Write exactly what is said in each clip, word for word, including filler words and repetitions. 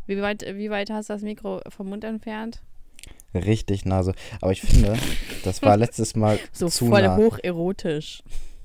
Wie weit, wie weit hast du das Mikro vom Mund entfernt? Richtig nah so. Aber ich finde, das war letztes Mal So zu voll nah. hocherotisch.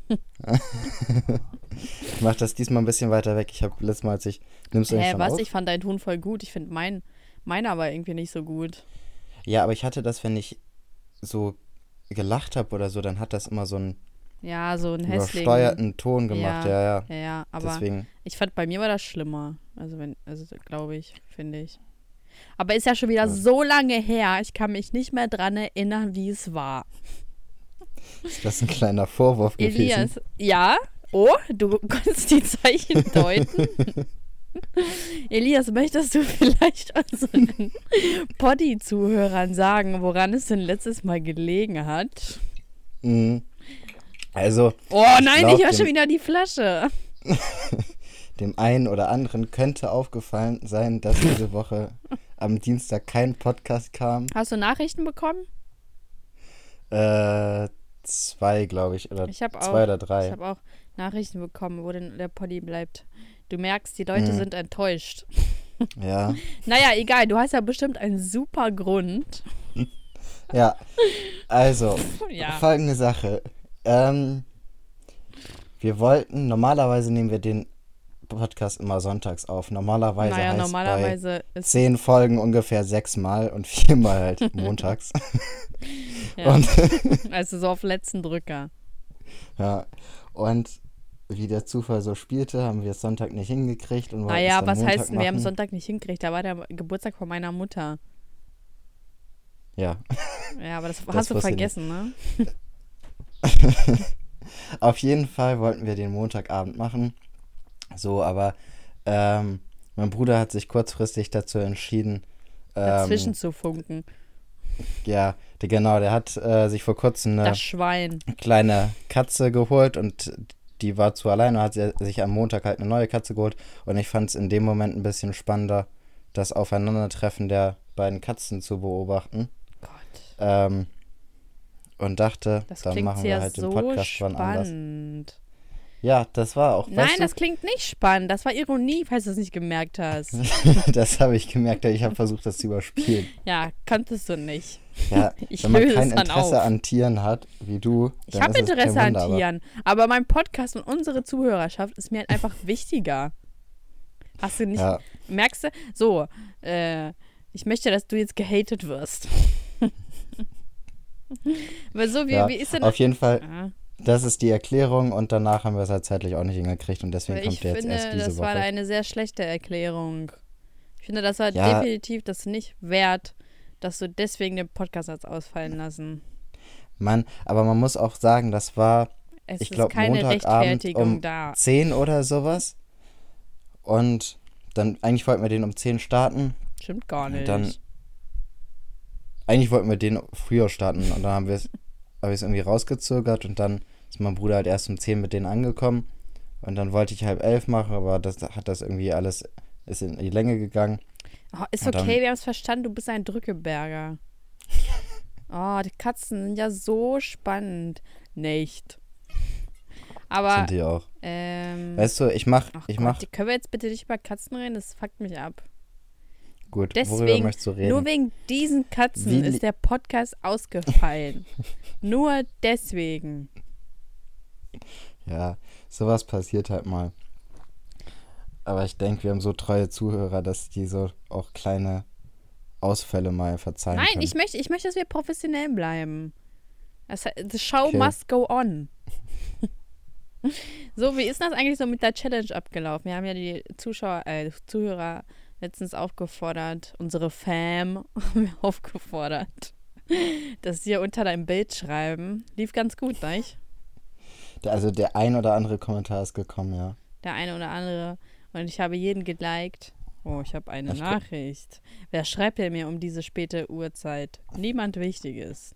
Ich mach das diesmal ein bisschen weiter weg. Ich habe letztes Mal, als ich... Nimmst du Hä, eigentlich schon was? auf? Ich fand deinen Ton voll gut. Ich finde mein, meiner aber irgendwie nicht so gut. Ja, aber ich hatte das, wenn ich so gelacht habe oder so, dann hat das immer so einen Ja, so einen hässlichen. übersteuerten Ton gemacht. Ja, Ja, ja. ja, ja. Aber Deswegen, ich fand, bei mir war das schlimmer. Also, wenn, also glaube ich, finde ich. Aber ist ja schon wieder Ja. so lange her. Ich kann mich nicht mehr dran erinnern, wie es war. ist das ein kleiner Vorwurf gewesen? Elias, ja? Oh, du konntest die Zeichen deuten. Elias, möchtest du vielleicht unseren Poddy-Zuhörern sagen, woran es denn letztes Mal gelegen hat? Mhm. Also, Oh nein, glaub, ich höre dem- schon wieder die Flasche. dem einen oder anderen könnte aufgefallen sein, dass diese Woche am Dienstag kein Podcast kam. Hast du Nachrichten bekommen? Äh, zwei, glaube ich, oder Ich habe auch. zwei oder Ich drei. habe auch Nachrichten bekommen, wo denn der Poddy bleibt. Du merkst, die Leute Mhm. sind enttäuscht. Ja, Naja, egal, du hast ja bestimmt einen super Grund. ja. Also, Ja. folgende Sache. Ähm, wir wollten, normalerweise nehmen wir den Podcast immer sonntags auf. Normalerweise naja, heißt normalerweise bei ist. zehn Folgen ungefähr sechsmal und viermal halt montags. Ja, Und also so auf letzten Drücker. ja, und wie der Zufall so spielte, haben wir es Sonntag nicht hingekriegt und wollten es Naja, dann was Montag heißt denn, wir haben machen. Sonntag nicht hingekriegt? Da war der Geburtstag von meiner Mutter. Ja, Ja, aber das, Das hast du wusste ich vergessen, ne? auf jeden Fall wollten wir den Montagabend machen. So, aber ähm, mein Bruder hat sich kurzfristig dazu entschieden, Dazwischen ähm, zu funken. ja, der, genau, der hat äh, sich vor kurzem eine Das Schwein. kleine Katze geholt und die war zu alleine, hat sie sich am Montag halt eine neue Katze geholt und ich fand es in dem Moment ein bisschen spannender, das Aufeinandertreffen der beiden Katzen zu beobachten. Gott. Ähm, und dachte, Das dann klingt machen wir ja halt den so Podcast wann anders. spannend. Ja, das war auch, Nein, weißt das klingt nicht spannend. Das war Ironie, falls du es nicht gemerkt hast. du, das habe ich gemerkt, ich habe versucht, das zu überspielen. Ja, konntest du nicht. Ja, Ich wenn man löse kein es dann Interesse auf. an Tieren hat, wie du, Ich dann habe ist es kein Interesse an Wunder, aber- Tieren, aber mein Podcast und unsere Zuhörerschaft ist mir halt einfach wichtiger. Hast du nicht, Ja, merkst du? So, äh, ich möchte, dass du jetzt gehatet wirst. Weil so, wie, ja, wie ist denn... auf jeden Fall, Ah, das ist die Erklärung und danach haben wir es halt zeitlich auch nicht hingekriegt und deswegen weil kommt ich der jetzt finde, erst diese das war Woche. eine sehr schlechte Erklärung. Ich finde, das war Ja. definitiv das nicht wert, dass du deswegen den Podcast hast ausfallen lassen. Mann, aber man muss auch sagen, das war Es Ich ist glaub, keine Montagabend Rechtfertigung um da. zehn oder sowas und dann, eigentlich wollten wir den um zehn starten, Stimmt gar nicht. dann, eigentlich wollten wir den früher starten und dann haben wir es habe ich es irgendwie rausgezögert und dann ist mein Bruder halt erst um zehn mit denen angekommen und dann wollte ich halb elf machen, aber das hat das irgendwie alles, ist in die Länge gegangen. Oh, ist Und dann- okay, wir haben es verstanden, du bist ein Drückeberger. Oh, die Katzen sind ja so spannend. Nicht. Aber, Sind die auch. ähm, Weißt du, ich mach, ach ich Gott, mach, die- können wir jetzt bitte nicht über Katzen reden? Das fuckt mich ab. gut, worüber Deswegen, möchtest du reden? nur wegen diesen Katzen Wie li- ist der Podcast ausgefallen. Nur deswegen. Ja, sowas passiert halt mal. Aber ich denke, wir haben so treue Zuhörer, dass die so auch kleine Ausfälle mal verzeihen Nein, können. ich möchte, ich möchte, dass wir professionell bleiben. Das, the show Okay. must go on. So, wie ist das eigentlich so mit der Challenge abgelaufen? Wir haben ja die Zuschauer, äh, Zuhörer letztens aufgefordert, unsere Fam haben wir aufgefordert, dass sie hier unter deinem Bild schreiben. Lief ganz gut, nicht? Also der ein oder andere Kommentar ist gekommen, ja. Der eine oder andere. Und ich habe jeden geliked. Oh, ich habe eine Ich gu- Nachricht. Wer schreibt denn mir um diese späte Uhrzeit? Niemand Wichtiges.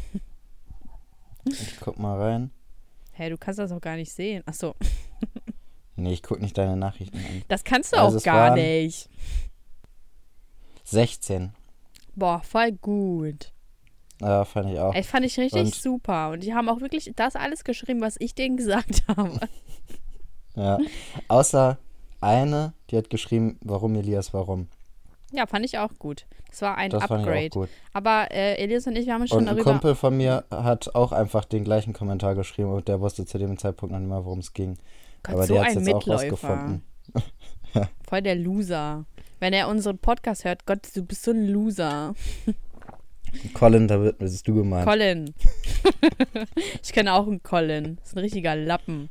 Ich guck mal rein. Hey, du kannst das auch gar nicht sehen. Achso, Nee, ich guck nicht deine Nachrichten an. das kannst du Also auch es gar waren- nicht. sechzehn. Boah, voll gut. Ja, fand ich auch. Ey, fand ich richtig Und- super. Und die haben auch wirklich das alles geschrieben, was ich denen gesagt habe. Ja. Außer eine, die hat geschrieben, warum Elias, warum. Ja, fand ich auch gut. Das war ein Das fand ich auch Upgrade. gut. Aber äh, Elias und ich, wir haben uns schon Und ein darüber... Kumpel von mir hat auch einfach den gleichen Kommentar geschrieben und der wusste zu dem Zeitpunkt noch nicht mal, worum es ging. Gott, Aber so der hat es ein jetzt auch Mitläufer. rausgefunden. Voll der Loser. Wenn er unseren Podcast hört, Gott, du bist so ein Loser. Colin, da wird, bist du gemeint. Colin. Ich kenne auch einen Colin. Das ist ein richtiger Lappen.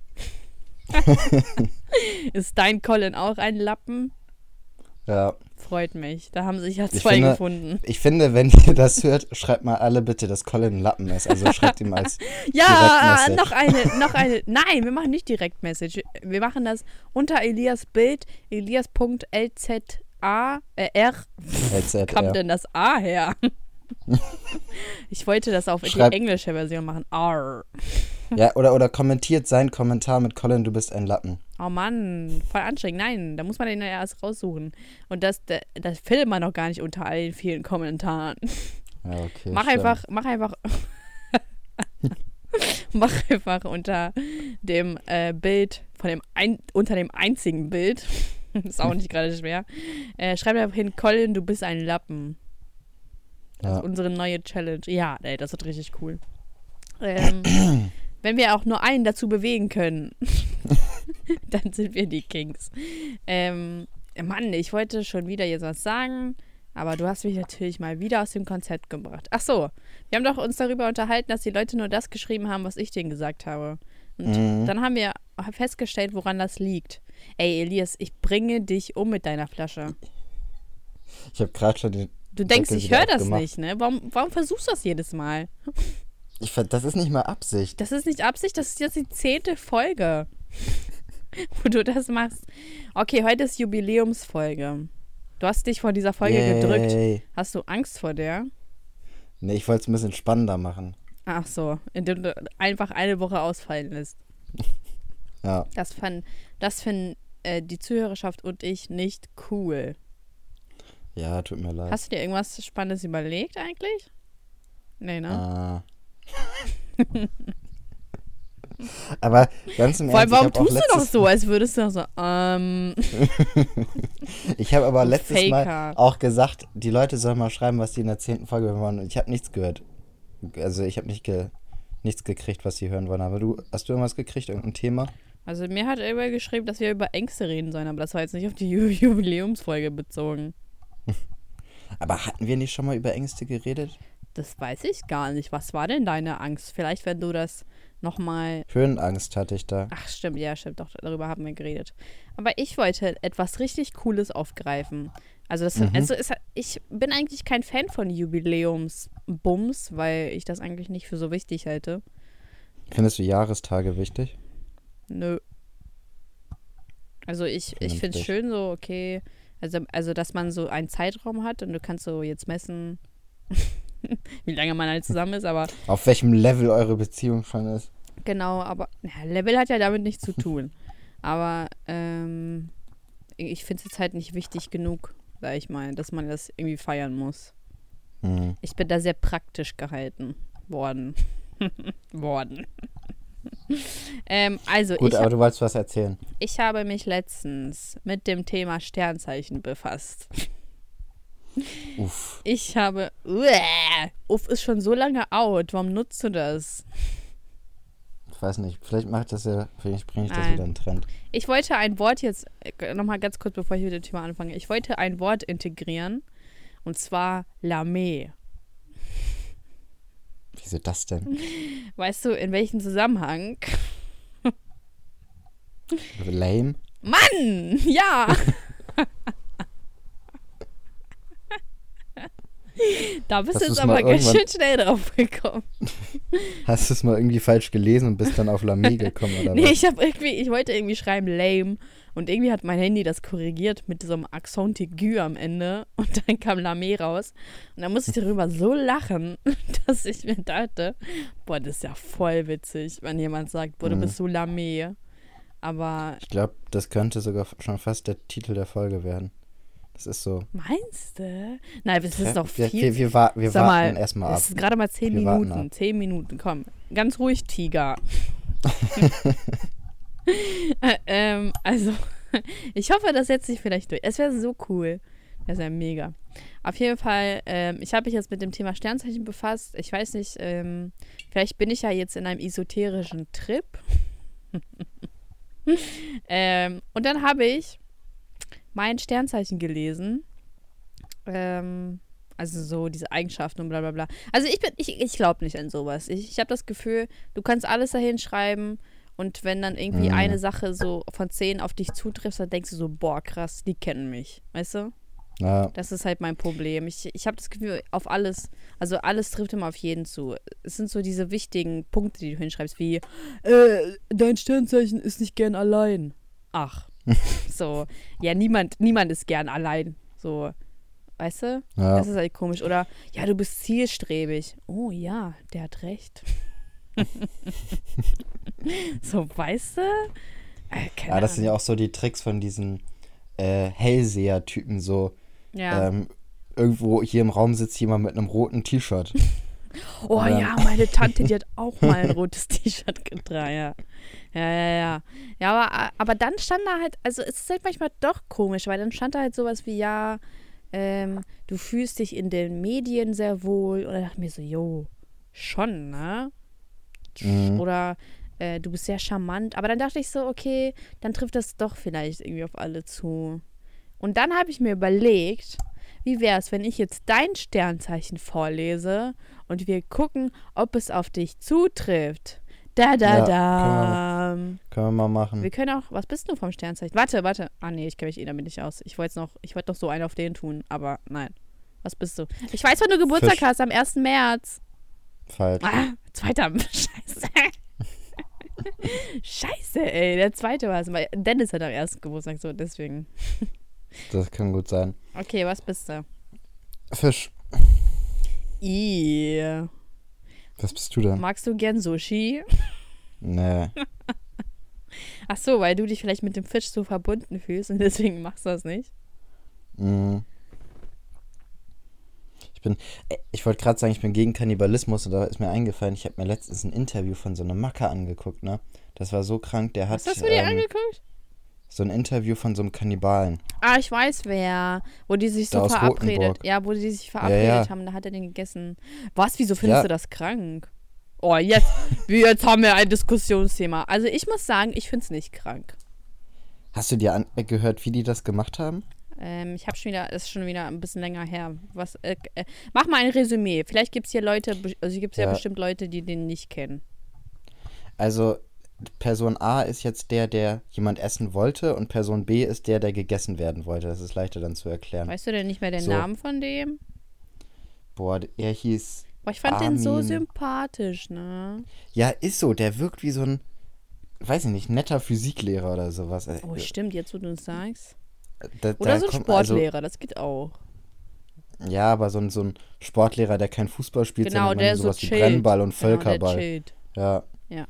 Ist dein Colin auch ein Lappen? Ja. Freut mich. Da haben sich ja Ich zwei finde- gefunden. Ich finde, wenn ihr das hört, schreibt mal alle bitte, dass Colin ein Lappen ist. Also schreibt ihm als Ja, Direktmessage. noch eine, noch eine. Nein, wir machen nicht Direktmessage. Wir machen das unter Elias Bild, elias.lza, äh, R. L Z Kam R. denn das A her? Ich wollte das auf Schreib- die englische Version machen. R. Ja, oder, oder kommentiert seinen Kommentar mit Colin, du bist ein Lappen. Oh Mann, voll anstrengend. Nein, da muss man den ja erst raussuchen. Und das, das, das findet man noch gar nicht unter all den vielen Kommentaren. Ja, okay. Mach stimmt. einfach, mach einfach, mach einfach unter dem äh, Bild, von dem ein, unter dem einzigen Bild, ist auch nicht gerade schwer, äh, schreib einfach hin, Colin, du bist ein Lappen. Das Ja. ist unsere neue Challenge. Ja, ey, das wird richtig cool. Ähm, wenn wir auch nur einen dazu bewegen können, dann sind wir die Kings. Ähm, Mann, ich wollte schon wieder jetzt was sagen, aber du hast mich natürlich mal wieder aus dem Konzept gebracht. Ach so, wir haben doch uns darüber unterhalten, dass die Leute nur das geschrieben haben, was ich denen gesagt habe. Und Mhm. dann haben wir festgestellt, woran das liegt. Ey, Elias, ich bringe dich um mit deiner Flasche. Ich habe gerade schon den. Du denkst, Deckel ich wieder höre das abgemacht. nicht, ne? Warum, warum versuchst du das jedes Mal? Ich, ver- das ist nicht mal Absicht. Das ist nicht Absicht, das ist jetzt die zehnte Folge, wo du das machst. Okay, heute ist Jubiläumsfolge. Du hast dich vor dieser Folge Yay. gedrückt. Hast du Angst vor der? Nee, ich wollte es ein bisschen spannender machen. Ach so, indem du einfach eine Woche ausfallen lässt. Ja. Das fanden das finden, äh, die Zuhörerschaft und ich nicht cool. Ja, tut mir leid. Hast du dir irgendwas Spannendes überlegt eigentlich? Nee, ne? Ah. Aber ganz im Vor allem, Ernst, warum ich habe auch tust du doch letztes, so, als würdest du doch so, ähm, ich habe aber Du letztes Mal Faker. auch gesagt, die Leute sollen mal schreiben, was die in der zehnten Folge hören wollen. Und ich habe nichts gehört. Also ich habe nicht ge nichts gekriegt, was sie hören wollen. Aber du, hast du irgendwas gekriegt, irgendein Thema? also mir hat irgendwer geschrieben, dass wir über Ängste reden sollen, aber das war jetzt nicht auf die Ju Jubiläumsfolge bezogen. Aber hatten wir nicht schon mal über Ängste geredet? Das weiß ich gar nicht. Was war denn deine Angst? Vielleicht, wenn du das nochmal... Höhenangst hatte ich da. Ach, stimmt, ja, stimmt, doch, darüber haben wir geredet. Aber ich wollte etwas richtig Cooles aufgreifen. Also, das, Mhm. also ist, ich bin eigentlich kein Fan von Jubiläumsbums, weil ich das eigentlich nicht für so wichtig halte. Findest du Jahrestage wichtig? Nö. Also ich, ich finde es Vernünftig. schön so, okay, also, also dass man so einen Zeitraum hat und du kannst so jetzt messen, wie lange man halt zusammen ist, aber Auf welchem Level eure Beziehung schon ist? genau, aber ja, Level hat ja damit nichts zu tun. Aber ähm, ich finde es jetzt halt nicht wichtig genug, sag ich mal, dass man das irgendwie feiern muss. Hm. Ich bin da sehr praktisch gehalten worden. worden. ähm, also Gut, ich, aber du wolltest was erzählen. ich habe mich letztens mit dem Thema Sternzeichen befasst. Uff. Ich habe. Uäh, Uff ist schon so lange out. Warum nutzt du das? Ich weiß nicht, vielleicht macht das ja, vielleicht bringe ich das Nein. wieder in den Trend. Ich wollte ein Wort jetzt, nochmal ganz kurz, bevor ich mit dem Thema anfange. Ich wollte ein Wort integrieren. Und zwar Lame. Wieso das denn? Weißt du, in welchem Zusammenhang? Lame? Mann! Ja! Da bist Hast du jetzt du's mal aber ganz irgendwann- schön schnell drauf gekommen. Hast du es mal irgendwie falsch gelesen und bist dann auf Lame gekommen oder Nee, was? ich habe irgendwie, ich wollte irgendwie schreiben lame und irgendwie hat mein Handy das korrigiert mit so einem Accent aigu am Ende und dann kam Lame raus und dann musste ich darüber so lachen, dass ich mir dachte, boah, das ist ja voll witzig, wenn jemand sagt, boah, du Mhm. bist so Lame. Aber Ich glaube, das könnte sogar schon fast der Titel der Folge werden. Das ist so. meinst du? Nein, das ist doch wir, viel. wir, wir, wa- wir Sag warten mal, erstmal ab. es ist gerade mal zehn Wir warten Minuten. ab. Zehn Minuten, komm. Ganz ruhig, Tiger. äh, ähm, also, ich hoffe, das setzt sich vielleicht durch. Es wäre so cool. Das ist ja mega. Auf jeden Fall, ähm, ich habe mich jetzt mit dem Thema Sternzeichen befasst. Ich weiß nicht, ähm, vielleicht bin ich ja jetzt in einem esoterischen Trip. ähm, und dann habe ich mein Sternzeichen gelesen. Ähm, also so diese Eigenschaften und bla bla bla. Also ich bin, ich, ich glaube nicht an sowas. Ich, ich habe das Gefühl, du kannst alles da hinschreiben und wenn dann irgendwie Mhm. eine Sache so von zehn auf dich zutrifft, dann denkst du so, boah, krass, die kennen mich. Weißt du? Ja, Das ist halt mein Problem. Ich, ich habe das Gefühl, auf alles, also alles trifft immer auf jeden zu. Es sind so diese wichtigen Punkte, die du hinschreibst, wie, äh, dein Sternzeichen ist nicht gern allein. Ach, so, ja, niemand, niemand ist gern allein. So, weißt du? ja. Das ist halt komisch. Oder, ja, du bist zielstrebig. Oh ja, der hat recht. So, weißt du? Äh, keine Ja, das sind ja Ahnung. auch so die Tricks von diesen äh, Hellseher-Typen, so Ja. ähm, irgendwo hier im Raum sitzt jemand mit einem roten T-Shirt. Oh Und dann- ja, meine Tante, die hat auch mal ein rotes T-Shirt getragen. Ja, ja, ja. Ja, ja aber, aber dann stand da halt, also es ist halt manchmal doch komisch, weil dann stand da halt sowas wie, ja, ähm, du fühlst dich in den Medien sehr wohl. Und dann dachte ich mir so, jo, schon, ne? Mhm. Oder äh, du bist sehr charmant. Aber dann dachte ich so, okay, dann trifft das doch vielleicht irgendwie auf alle zu. Und dann habe ich mir überlegt, wie wäre es, wenn ich jetzt dein Sternzeichen vorlese und wir gucken, ob es auf dich zutrifft. Da, da, Ja, da. Können wir mal machen. Wir können auch, was bist du vom Sternzeichen? Warte, warte. Ah nee, ich kenne mich eh damit nicht aus. Ich wollte jetzt noch, ich wollte noch so einen auf den tun, aber nein. Was bist du? Ich weiß, wann du Geburtstag Fisch. hast, am ersten März. Falsch. Ah, zweiter. Scheiße. Scheiße, ey. Der zweite war es. Weil Dennis hat am ersten Geburtstag, so deswegen. Das kann gut sein. Okay, was bist du? Fisch. I. Was bist du denn? Magst du gern Sushi? Nee. Ach so, weil du dich vielleicht mit dem Fisch so verbunden fühlst und deswegen machst du das nicht. Mhm. Ich bin, äh, ich wollte gerade sagen, ich bin gegen Kannibalismus und da ist mir eingefallen, ich habe mir letztens ein Interview von so einem Macker angeguckt, ne? Das war so krank, der hat Was hast du dir ähm, angeguckt? so ein Interview von so einem Kannibalen. Ah, ich weiß wer. Wo die sich Da so aus verabredet. Rotenburg. Ja, wo die sich verabredet Ja, ja. haben, da hat er den gegessen. Was, wieso findest Ja. du das krank? Oh, jetzt, jetzt haben wir ein Diskussionsthema. Also ich muss sagen, ich finde es nicht krank. Hast du dir an, äh, gehört, wie die das gemacht haben? Ähm, ich habe schon wieder, ist schon wieder ein bisschen länger her. Was, äh, äh, mach mal ein Resümee. Vielleicht gibt es hier Leute, be- also gibt es ja. Ja. bestimmt Leute, die den nicht kennen. Also Person A ist jetzt der, der jemand essen wollte und Person B ist der, der gegessen werden wollte. Das ist leichter dann zu erklären. Weißt du denn nicht mehr den So. Namen von dem? Boah, er hieß... Boah, ich fand den so Armin. sympathisch, ne? Ja, ist so. Der wirkt wie so ein, weiß ich nicht, netter Physiklehrer oder sowas. Äh, Oh, stimmt, jetzt wo du es sagst. Da, Oder da so ein kommt- Sportlehrer, das geht auch. Also, ja, aber so ein, so ein Sportlehrer, der kein Fußball spielt, Genau, sondern der immer so sowas wie chillt. Brennball und Genau, der Völkerball. chillt. Ja. Ja.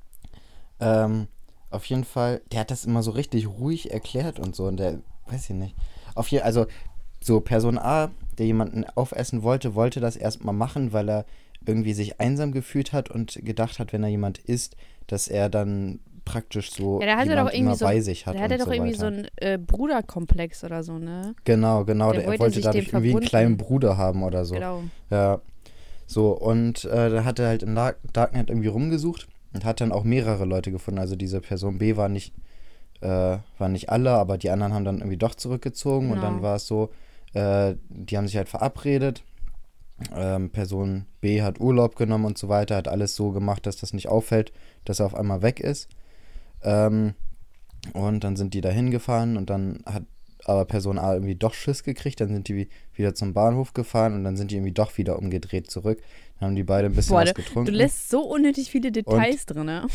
Ähm, auf jeden Fall, der hat das immer so richtig ruhig erklärt und so. Und der, weiß ich nicht. Auf je, also, so Person A, der jemanden aufessen wollte, wollte das erstmal machen, weil er irgendwie sich einsam gefühlt hat und gedacht hat, wenn er jemand isst, dass er dann praktisch so Ja, der hatte jemand doch irgendwie immer so, bei sich hat der hatte und doch so irgendwie weiter. so einen äh, Bruderkomplex oder so, ne? Genau, genau. Der Der, er wollte wollte sich dadurch dem irgendwie einen verbunden. kleinen Bruder haben oder so. Genau. Ja. So, und äh, da hat er halt im Dark Darknet irgendwie rumgesucht und hat dann auch mehrere Leute gefunden. Also diese Person B war nicht, äh, waren nicht alle, aber die anderen haben dann irgendwie doch zurückgezogen. Und Genau. dann war es so, äh, die haben sich halt verabredet. Ähm, Person B hat Urlaub genommen und so weiter, hat alles so gemacht, dass das nicht auffällt, dass er auf einmal weg ist. Ähm, und dann sind die da hingefahren und dann hat aber Person A irgendwie doch Schiss gekriegt, dann sind die wie- wieder zum Bahnhof gefahren und dann sind die irgendwie doch wieder umgedreht zurück. Dann haben die beide ein bisschen Boah, was du getrunken. lässt so unnötig viele Details drin, ne?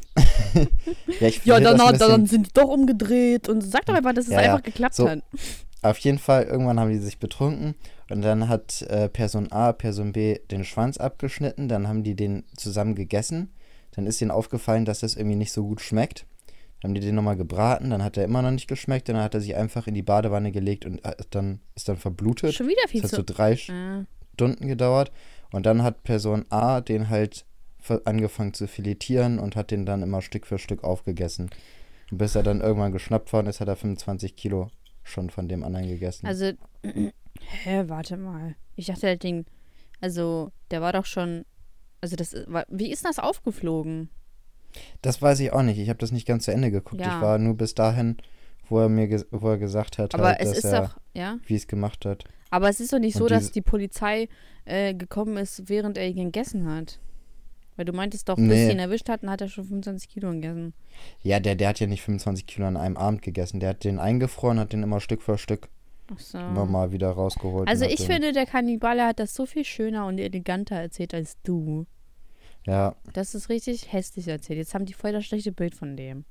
ja, ich Ja, will dann, das ein hat, bisschen, dann sind die doch umgedreht und sag doch einfach, dass es Ja, ja. einfach geklappt So. hat. Auf jeden Fall, irgendwann haben die sich betrunken und dann hat äh, Person A, Person B den Schwanz abgeschnitten, dann haben die den zusammen gegessen. Dann ist ihnen aufgefallen, dass das irgendwie nicht so gut schmeckt. Dann haben die den nochmal gebraten, dann hat er immer noch nicht geschmeckt, und dann hat er sich einfach in die Badewanne gelegt und äh, dann ist dann verblutet. Schon wieder viel Das hat zu. so drei Ah. Stunden gedauert und dann hat Person A den halt ver- angefangen zu filetieren und hat den dann immer Stück für Stück aufgegessen. Und bis er dann irgendwann geschnappt worden ist, hat er fünfundzwanzig Kilo schon von dem anderen gegessen. Also, hä, warte mal. Ich dachte, der Ding, also, der war doch schon, also das, war, wie ist das aufgeflogen? Das weiß ich auch nicht. Ich habe das nicht ganz zu Ende geguckt. Ja. Ich war nur bis dahin, wo er mir ges- wo er gesagt hat, Aber halt, es dass ist er, doch, ja? wie es gemacht hat. Aber es ist doch nicht Und so, dass diese- die Polizei äh, gekommen ist, während er ihn gegessen hat. Weil du meintest doch, bis Nee. sie ihn erwischt hatten, hat er schon fünfundzwanzig Kilo gegessen. Ja, der, der hat ja nicht fünfundzwanzig Kilo an einem Abend gegessen. Der hat den eingefroren, hat den immer Stück für Stück Ach so. immer mal wieder rausgeholt. Also und hat ich den, finde, der Kannibale hat das so viel schöner und eleganter erzählt als du. Ja, Das ist richtig hässlich erzählt. Jetzt haben die voll das schlechte Bild von dem.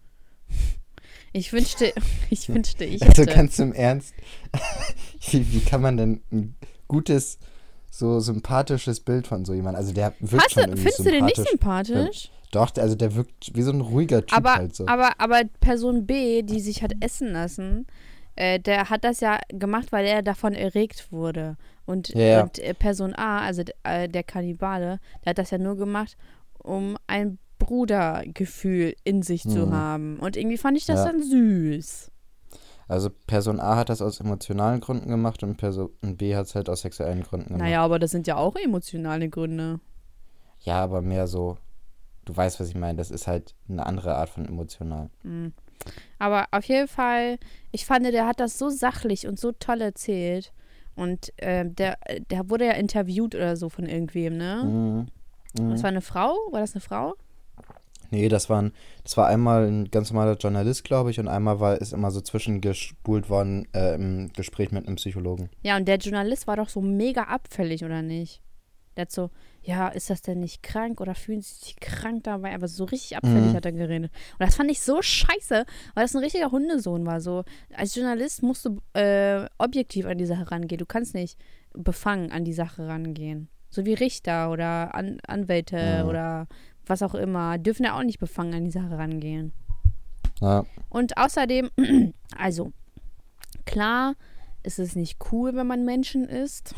Ich wünschte, ich wünschte, ich also hätte. ganz im Ernst, wie, wie kann man denn ein gutes, so sympathisches Bild von so jemandem, also der wirkt Hast schon du, irgendwie findest du den nicht sympathisch. sympathisch? Doch, also der wirkt wie so ein ruhiger Typ Aber, halt so. aber, aber Person B, die sich hat essen lassen, äh, der hat das ja gemacht, weil er davon erregt wurde. Und, Ja, ja. und äh, Person A, also d- äh, der Kannibale, der hat das ja nur gemacht, um ein Brudergefühl in sich zu Mhm. haben. Und irgendwie fand ich das Ja. dann süß. Also Person A hat das aus emotionalen Gründen gemacht und Person B hat es halt aus sexuellen Gründen gemacht. Naja, aber das sind ja auch emotionale Gründe. Ja, aber mehr so, du weißt, was ich meine, das ist halt eine andere Art von emotional. Mhm. Aber auf jeden Fall, ich fand, der hat das so sachlich und so toll erzählt. Und äh, der, der wurde ja interviewt oder so von irgendwem, ne? Mhm. Mhm. Das war eine Frau? War das eine Frau? Nee, das, waren, das war einmal ein ganz normaler Journalist, glaube ich, und einmal war ist immer so zwischengespult worden äh, im Gespräch mit einem Psychologen. Ja, und der Journalist war doch so mega abfällig, oder nicht? Der hat so, ja, ist das denn nicht krank oder fühlen Sie sich krank dabei? Aber so richtig abfällig Mhm. hat er geredet. Und das fand ich so scheiße, weil das ein richtiger Hundesohn war. So, als Journalist musst du äh, objektiv an die Sache rangehen. Du kannst nicht befangen an die Sache rangehen. So wie Richter oder an Anwälte Mhm. oder was auch immer, dürfen ja auch nicht befangen an die Sache rangehen. Ja, Und außerdem, also, klar ist es nicht cool, wenn man Menschen isst.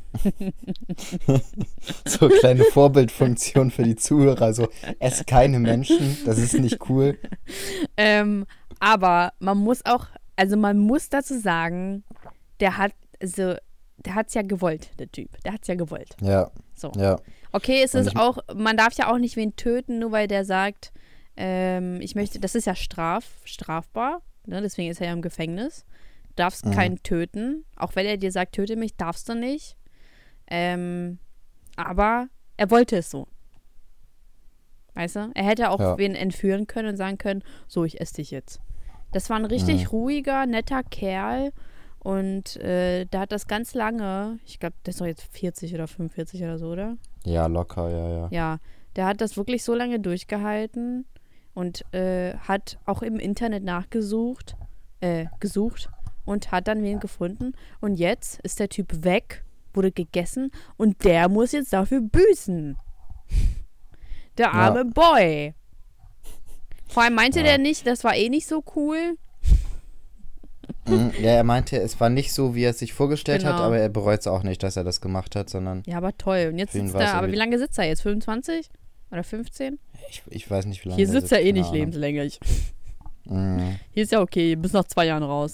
so kleine Vorbildfunktion für die Zuhörer, so ess keine Menschen, das ist nicht cool. Ähm, aber man muss auch, also man muss dazu sagen, der hat, also, der hat's ja gewollt, der Typ. Der hat's ja gewollt. Ja, So. ja. Okay, es Und ist ich- auch, man darf ja auch nicht wen töten, nur weil der sagt, ähm, ich möchte, das ist ja straf, strafbar, ne? Deswegen ist er ja im Gefängnis. Du darfst Mhm. keinen töten, auch wenn er dir sagt, töte mich, darfst du nicht. Ähm, aber er wollte es so. Weißt du? Er hätte auch Ja. wen entführen können und sagen können, so, ich esse dich jetzt. Das war ein richtig Mhm. ruhiger, netter Kerl und äh, der hat das ganz lange, ich glaube, der ist doch jetzt vierzig oder fünfundvierzig oder so, oder? Ja, locker, ja, ja. Ja, der hat das wirklich so lange durchgehalten und äh, hat auch im Internet nachgesucht, äh, gesucht und hat dann wen gefunden. Und jetzt ist der Typ weg, wurde gegessen und der muss jetzt dafür büßen. Der arme Ja. Boy. Vor allem meinte Ja. der nicht, das war eh nicht so cool. Mhm. Ja, er meinte, es war nicht so, wie er es sich vorgestellt hat, Genau. aber er bereut es auch nicht, dass er das gemacht hat, sondern Ja, aber toll. Und jetzt Für ihn sitzt war's er, aber irgendwie- wie lange sitzt er jetzt? fünfundzwanzig? Oder fünfzehn? ich, ich weiß nicht, wie lange Hier sitzt er eh keine nicht Ahnung. lebenslänglich. Mhm. Hier ist ja okay, bis nach zwei Jahren raus.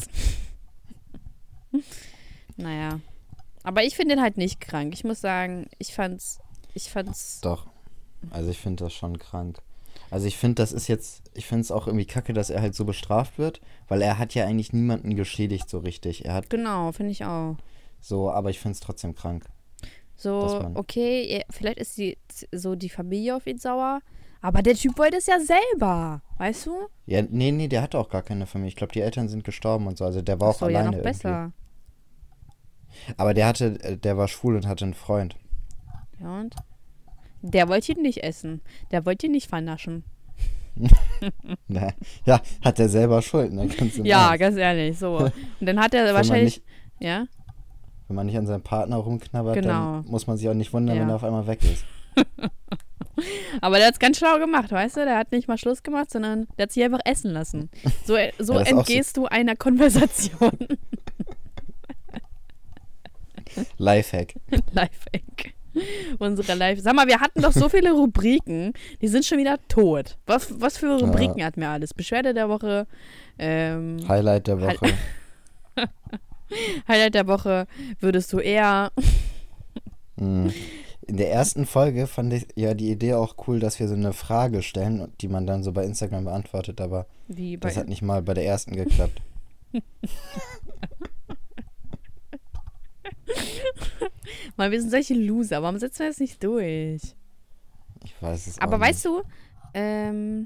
Naja. Aber ich finde den halt nicht krank. Ich muss sagen, ich fand's, ich fand's, Doch. Also ich finde das schon krank. Also ich finde, das ist jetzt, ich finde es auch irgendwie kacke, dass er halt so bestraft wird, weil er hat ja eigentlich niemanden geschädigt so richtig. Er hat genau, finde ich auch. so, aber ich finde es trotzdem krank. So, Dass man- okay, er- vielleicht ist die, so die Familie auf ihn sauer, aber der Typ wollte es ja selber, weißt du? Ja, nee, nee, der hatte auch gar keine Familie. Ich glaube, die Eltern sind gestorben und so. Also der war Ach auch so, ja, alleine noch irgendwie. besser. Aber der hatte, äh, der war schwul und hatte einen Freund. Ja, und? Der wollte ihn nicht essen. Der wollte ihn nicht vernaschen. Na, ja, hat er selber Schuld, ne? Ganz im Ja, Ernst. ganz ehrlich, so. Und dann hat er Wenn man wahrscheinlich, nicht- ja, Wenn man nicht an seinem Partner rumknabbert, Genau. dann muss man sich auch nicht wundern, Ja. wenn er auf einmal weg ist. aber der hat es ganz schlau gemacht, weißt du? Der hat nicht mal Schluss gemacht, sondern der hat sich einfach essen lassen. So, so Ja, das ist auch so- entgehst du einer Konversation. Lifehack. Lifehack. Unsere Live. Sag mal, wir hatten doch so viele Rubriken, die sind schon wieder tot. Was, was für Rubriken hatten wir alles? Beschwerde der Woche, ähm, Highlight der Woche. Highlight der Woche, würdest du eher. Mhm. In der ersten Folge fand ich ja die Idee auch cool, dass wir so eine Frage stellen, und die man dann so bei Instagram beantwortet, aber Wie bei. das hat nicht mal bei der ersten geklappt. Mann, wir sind solche Loser. Warum setzen wir das nicht durch? Ich weiß es Aber auch weißt nicht. du, ähm.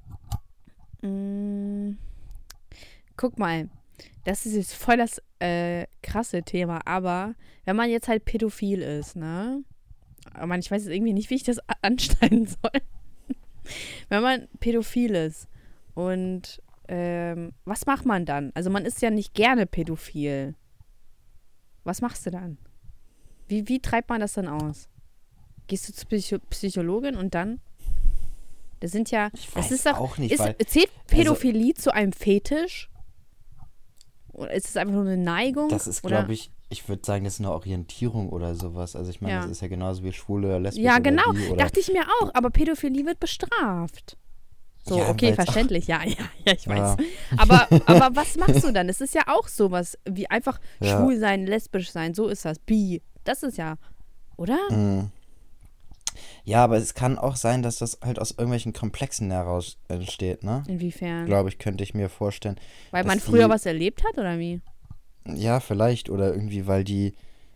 mh, guck mal, das ist jetzt voll das äh, krasse Thema, aber wenn man jetzt halt pädophil ist, ne? Aber man, ich weiß jetzt irgendwie nicht, wie ich das a- anschneiden soll. Wenn man pädophil ist und ähm, was macht man dann? Also man ist ja nicht gerne pädophil. Was machst du dann? Wie, wie treibt man das dann aus? Gehst du zur Psycho Psychologin und dann? Das sind ja, Ich das weiß ist doch, auch nicht, ist, weil zählt Pädophilie zu einem Fetisch? Oder ist es einfach nur eine Neigung? das ist, Oder? glaube ich, ich würde sagen, das ist eine Orientierung oder sowas. Also ich meine, Ja. das ist ja genauso wie schwule oder lesbische Ja, oder genau. bi oder Dachte ich mir auch. Aber Pädophilie wird bestraft. So, Ja, okay, weil's auch- verständlich. Ja, ja, ja, ich weiß. Ja. Aber, aber was machst du dann? Es ist ja auch sowas wie einfach Ja. schwul sein, lesbisch sein. So ist das. Bi. Das ist ja, oder? Mhm. Ja, aber es kann auch sein, dass das halt aus irgendwelchen Komplexen heraus entsteht, ne? Inwiefern? Glaube ich, könnte ich mir vorstellen. Weil dass man früher die- was erlebt hat, oder wie? Ja, vielleicht. Oder irgendwie, weil die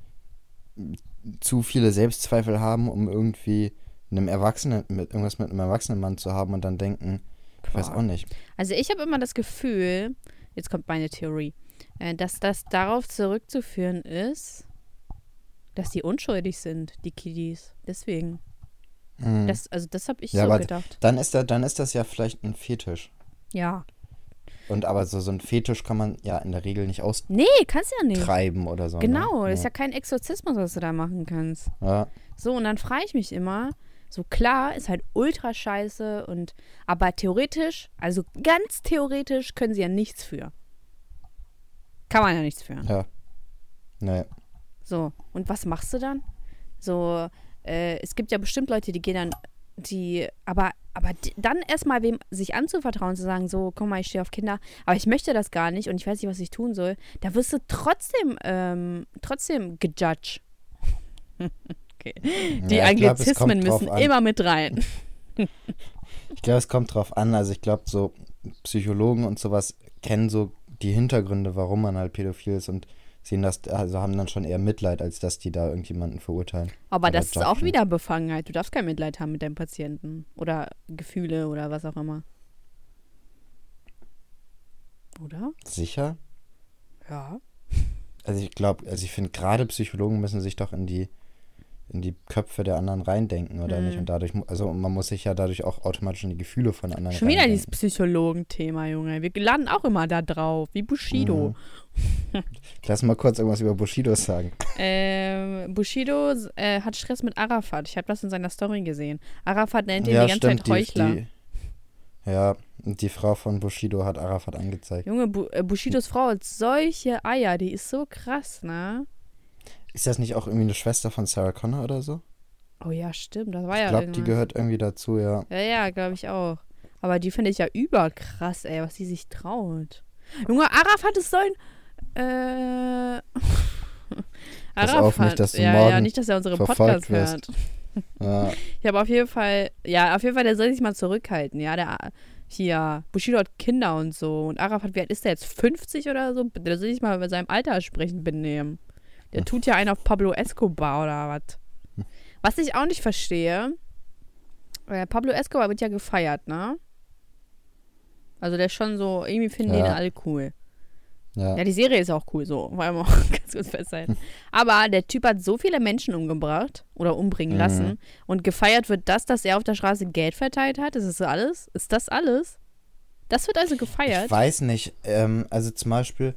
zu viele Selbstzweifel haben, um irgendwie einem Erwachsenen, mit irgendwas mit einem erwachsenen Mann zu haben und dann denken, ich weiß Boah. auch nicht. Also ich habe immer das Gefühl, jetzt kommt meine Theorie, äh, dass das darauf zurückzuführen ist, dass die unschuldig sind, die Kiddies. Deswegen. Mhm. Das, also das habe ich Ja, so aber gedacht. Dann ist, da, dann ist das ja vielleicht ein Fetisch. Ja. Und aber so, so ein Fetisch kann man ja in der Regel nicht Nee, kannst ja nicht. austreiben oder so. Genau, ne? das ist ja kein Exorzismus, was du da machen kannst. ja. So, und dann frage ich mich immer, so klar, ist halt ultra scheiße und, aber theoretisch, also ganz theoretisch können sie ja nichts für. Kann man ja nichts für. Ja. Nee. So, und was machst du dann? So, äh, es gibt ja bestimmt Leute, die gehen dann, die, aber, aber die, dann erstmal wem sich anzuvertrauen, zu sagen, so, guck mal, ich stehe auf Kinder, aber ich möchte das gar nicht und ich weiß nicht, was ich tun soll, da wirst du trotzdem, ähm, trotzdem gejudged. Okay. Die Ja, ich glaub, es Anglizismen kommt drauf müssen an. immer mit rein. Ich glaube, es kommt drauf an. Also ich glaube, so Psychologen und sowas kennen so die Hintergründe, warum man halt pädophil ist und sehen das, also haben dann schon eher Mitleid, als dass die da irgendjemanden verurteilen. Aber Oder das ist auch judgen. wieder Befangenheit. Du darfst kein Mitleid haben mit deinem Patienten. Oder Gefühle oder was auch immer. Oder? Sicher? Ja. Also ich glaube, also ich finde, gerade Psychologen müssen sich doch in die in die Köpfe der anderen reindenken, oder Mhm. nicht? Und dadurch, mu- also man muss sich ja dadurch auch automatisch in die Gefühle von anderen Schon wieder dieses reindenken. Psychologen-Thema, Junge. Wir landen auch immer da drauf. Wie Bushido. Mhm. Lass mal kurz irgendwas über Bushido sagen. Ähm, Bushido äh, hat Stress mit Arafat. Ich habe das in seiner Story gesehen. Arafat nennt ihn ja, die ganze stimmt. Zeit Heuchler. Die, die, ja, und die Frau von Bushido hat Arafat angezeigt. Junge, Bu äh, Bushidos Frau hat solche Eier. Die ist so krass, ne? Ist das nicht auch irgendwie eine Schwester von Sarah Connor oder so? Oh ja, stimmt. Das war Ich ja glaube, die irgendwas. gehört irgendwie dazu, ja. Ja, ja, glaube ich auch. Aber die finde ich ja überkrass, ey, was die sich traut. Junge, Arafat ist so ein. Äh. Pass auf, nicht, dass du ja, morgen ja, nicht, dass er unsere verfolgt Podcasts wirst. hört. ja. Ich habe auf jeden Fall, ja, auf jeden Fall, der soll sich mal zurückhalten, ja. Der hier, Bushido hat Kinder und so. Und Arafat, wie alt ist der jetzt? fünfzig oder so? Der soll sich mal bei seinem Alter entsprechend benehmen. Der tut ja einen auf Pablo Escobar oder was. Was ich auch nicht verstehe, äh, Pablo Escobar wird ja gefeiert, ne? Also der ist schon so, irgendwie finden Ja. den alle cool. Ja. Ja, die Serie ist auch cool, so, wollen wir auch ganz kurz festhalten. Aber der Typ hat so viele Menschen umgebracht oder umbringen Mhm. lassen und gefeiert wird das, dass er auf der Straße Geld verteilt hat. Ist das alles? Ist das alles? Das wird also gefeiert? Ich weiß nicht. Ähm, also zum Beispiel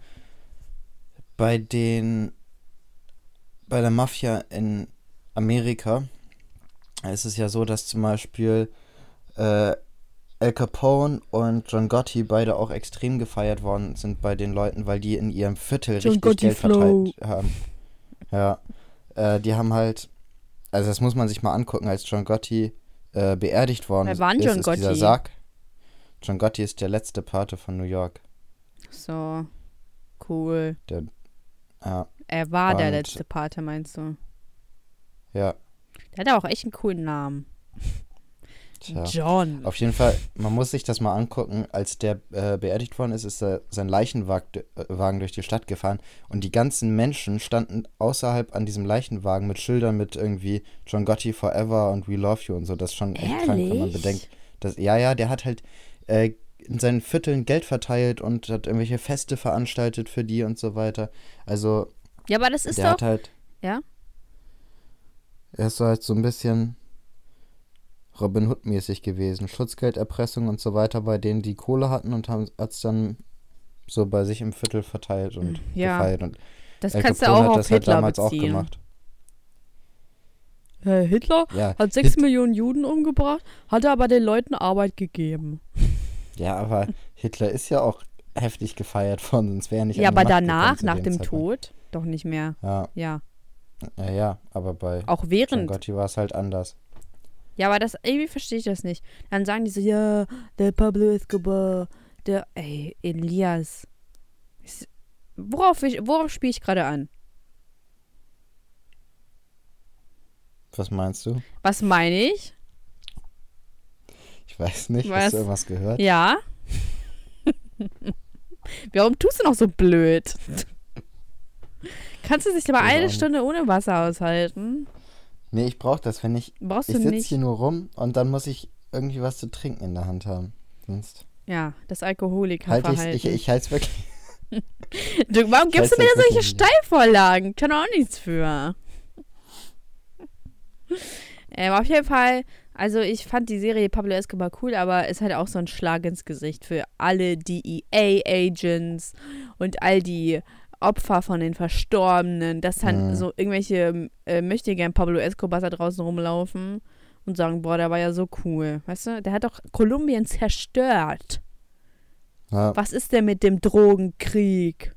bei den bei der Mafia in Amerika ist es ja so, dass zum Beispiel äh, Al Capone und John Gotti beide auch extrem gefeiert worden sind bei den Leuten, weil die in ihrem Viertel John richtig Gotti Geld Flow. verteilt haben. Ja, äh, die haben halt, also das muss man sich mal angucken, als John Gotti äh, beerdigt worden Wer ist, war denn John ist dieser Gotti? Sarg. John Gotti ist der letzte Pate von New York. So. Cool. Der, ja, Er war der Und- letzte Pate, meinst du? ja, Der hat auch echt einen coolen Namen. tja. John. Auf jeden Fall, man muss sich das mal angucken. Als der äh, beerdigt worden ist, ist er sein Leichenwagen äh, Wagen durch die Stadt gefahren und die ganzen Menschen standen außerhalb an diesem Leichenwagen mit Schildern mit irgendwie John Gotti Forever und We Love You und so. Das ist schon echt krank, wenn man Ehrlich? bedenkt. Dass, ja, ja, der hat halt äh, in seinen Vierteln Geld verteilt und hat irgendwelche Feste veranstaltet für die und so weiter. Also, Ja, aber das ist der doch. hat halt, Ja? er ist so halt so ein bisschen Robin Hood-mäßig gewesen. Schutzgelderpressung und so weiter bei denen, die Kohle hatten und haben es dann so bei sich im Viertel verteilt und Ja. gefeiert. Und Das Al kannst du Capone auch hat auf das halt Hitler damals auch beziehen. gemacht. Äh, Hitler Ja, hat sechs Hit- Millionen Juden umgebracht, hat er aber den Leuten Arbeit gegeben. ja, aber Hitler ist ja auch heftig gefeiert worden, sonst wäre er nicht Ja, an die aber Macht danach, gekommen zu nach dem dem Zeitpunkt. Tod, doch nicht mehr. Ja, Ja. ja, ja, aber bei Auch John während. Gotti war es halt anders. Ja, aber das, irgendwie verstehe ich das nicht. Dann sagen die so, ja, der Pablo Escobar, der, ey, Elias. Ist- Worauf, ich- worauf spiele ich gerade an? Was meinst du? Was meine ich? Ich weiß nicht, Was? hast du irgendwas gehört? Ja. Warum tust du noch so blöd? Kannst du dich mal Keine eine Ahnung. Stunde ohne Wasser aushalten? Nee, ich brauche das, wenn ich Brauchst Ich du sitze nicht. hier nur rum und dann muss ich irgendwie was zu trinken in der Hand haben. Sonst Ja, das halte Alkoholikerverhalten. ich, ich, ich halte es wirklich. du, warum ich gibst du halt's mir jetzt solche wirklich nicht. Steilvorlagen? Kann doch auch nichts für. ähm, auf jeden Fall, also ich fand die Serie Pablo Escobar cool, aber es hat auch so ein Schlag ins Gesicht für alle D E A-Agents und all die Opfer von den Verstorbenen, dass dann Mhm. so irgendwelche äh, möchtegern Pablo Escobars da draußen rumlaufen und sagen, boah, der war ja so cool. Weißt du, der hat doch Kolumbien zerstört. Ja, Was ist denn mit dem Drogenkrieg?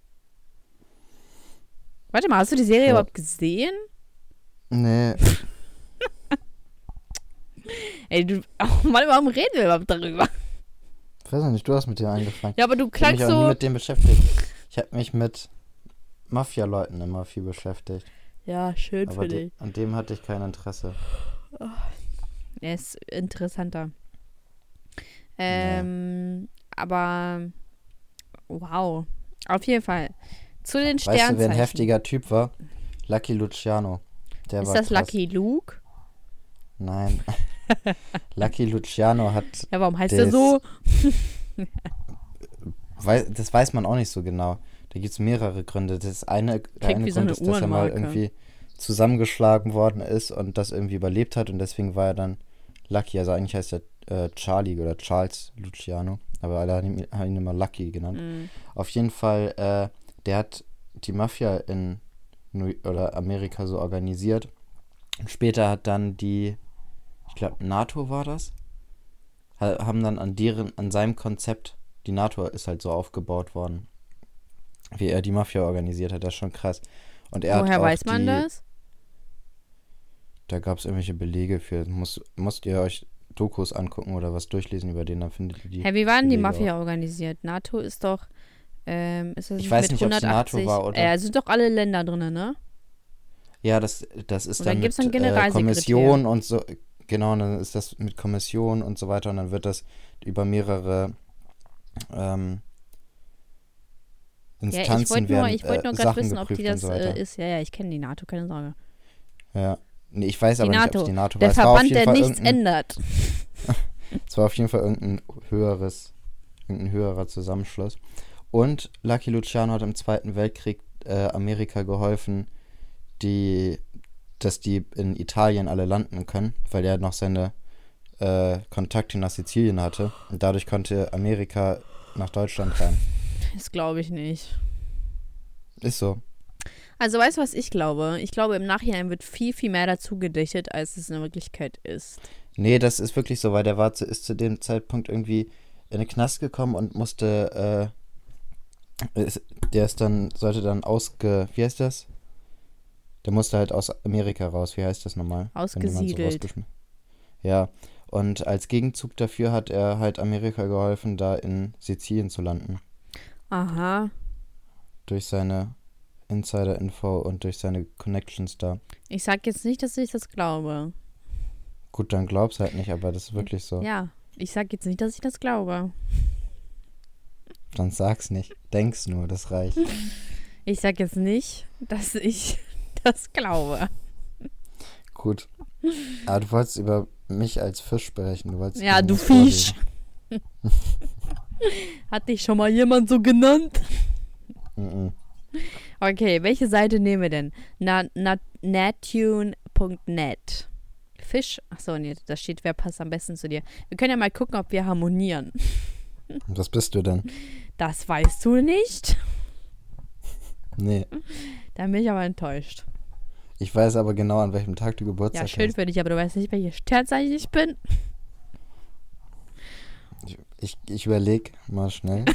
Warte mal, hast du die Serie Ja. überhaupt gesehen? nee, Ey, du, oh Mann, warum reden wir überhaupt darüber? ich weiß noch nicht, du hast mit dem angefangen. Ja, aber du Ich habe klangst mich auch nie so. mit dem beschäftigt. Ich habe mich mit Mafia-Leuten immer viel beschäftigt. Ja, schön Aber für de dich. an dem hatte ich kein Interesse. Er ist interessanter. Ähm, aber wow. Auf jeden Fall. Zu den Weißt du, wer Sternzeichen. ein heftiger Typ war? Lucky Luciano. Der Ist war das krass. Lucky Luke? Nein. Lucky Luciano hat, Ja, warum heißt Der er so? wei- das weiß man auch nicht so genau. Da gibt es mehrere Gründe. Das eine, der Klingt eine wie so Grund eine ist, dass er mal Uhrenmarke. irgendwie zusammengeschlagen worden ist und das irgendwie überlebt hat und deswegen war er dann Lucky. Also eigentlich heißt er äh, Charlie oder Charles Luciano, aber alle haben ihn, haben ihn immer Lucky genannt. Mhm. Auf jeden Fall, äh, der hat die Mafia in New oder Amerika so organisiert. Und später hat dann die, ich glaube, NATO war das, ha- haben dann an deren, an seinem Konzept, die NATO ist halt so aufgebaut worden, wie er die Mafia organisiert hat, das ist schon krass. Und er hat Woher auch weiß man die, das? Da gab es irgendwelche Belege für, muss, musst ihr euch Dokus angucken oder was durchlesen über den, dann findet ihr die. Hä, wie war denn die Belege Mafia organisiert? NATO ist doch, ähm, ist das Ich weiß mit nicht, ob's die NATO hundertachtzig? war oder- Äh, sind doch alle Länder drin, ne? Ja, das, das ist Und dann dann gibt's mit einen äh, Generalsekretär. Kommission und so, genau, dann ist das mit Kommission und so weiter und dann wird das über mehrere ähm, Ja, ich Instanzen wollte nur, werden ich wollt äh, nur gerade Sachen wissen, ob die geprüft und das so weiter. äh, ist. Ja, ja, ich kenne die NATO, keine Sorge. Ja, nee, ich weiß Die aber nicht, ob NATO, es die NATO war. Der Es war auf Verband, jeden der Fall nichts irgendein, ändert. es war auf jeden Fall irgendein höheres, irgendein höherer Zusammenschluss. Und Lucky Luciano hat im Zweiten Weltkrieg äh, Amerika geholfen, die, dass die in Italien alle landen können, weil er noch seine äh, Kontakte nach Sizilien hatte. Und dadurch konnte Amerika nach Deutschland rein. Das glaube ich nicht. Ist so. Also weißt du, was ich glaube? Ich glaube, im Nachhinein wird viel, viel mehr dazu gedichtet, als es in Wirklichkeit ist. Nee, das ist wirklich so, weil der war zu, ist zu dem Zeitpunkt irgendwie in den Knast gekommen und musste, äh, ist, der ist dann, sollte dann ausge, wie heißt das? Der musste halt aus Amerika raus, wie heißt das nochmal? Wenn jemand so Ausgesiedelt. rausgeschm- ja, und als Gegenzug dafür hat er halt Amerika geholfen, da in Sizilien zu landen. Aha. durch seine Insider-Info und durch seine Connections da. Ich sag jetzt nicht, dass ich das glaube. Gut, dann glaub's halt nicht, aber das ist wirklich so. Ja, ich sag jetzt nicht, dass ich das glaube. Dann sag's nicht. Denk's nur, das reicht. Ich sag jetzt nicht, dass ich das glaube. Gut. Aber du wolltest über mich als Fisch sprechen. Du wolltest Ja, mir du was Fisch. vorlesen. Hat dich schon mal jemand so genannt? Mhm. Okay, welche Seite nehmen wir denn? Na, na, natune punkt net. Fisch? Achso, nee, da steht, wer passt am besten zu dir. Wir können ja mal gucken, ob wir harmonieren. Was bist du denn? Das weißt du nicht? Nee. Da bin ich aber enttäuscht. Ich weiß aber genau, an welchem Tag du Geburtstag Ja, schön hast. für dich, aber du weißt nicht, welches Sternzeichen ich bin. Ich, ich, ich überlege mal schnell.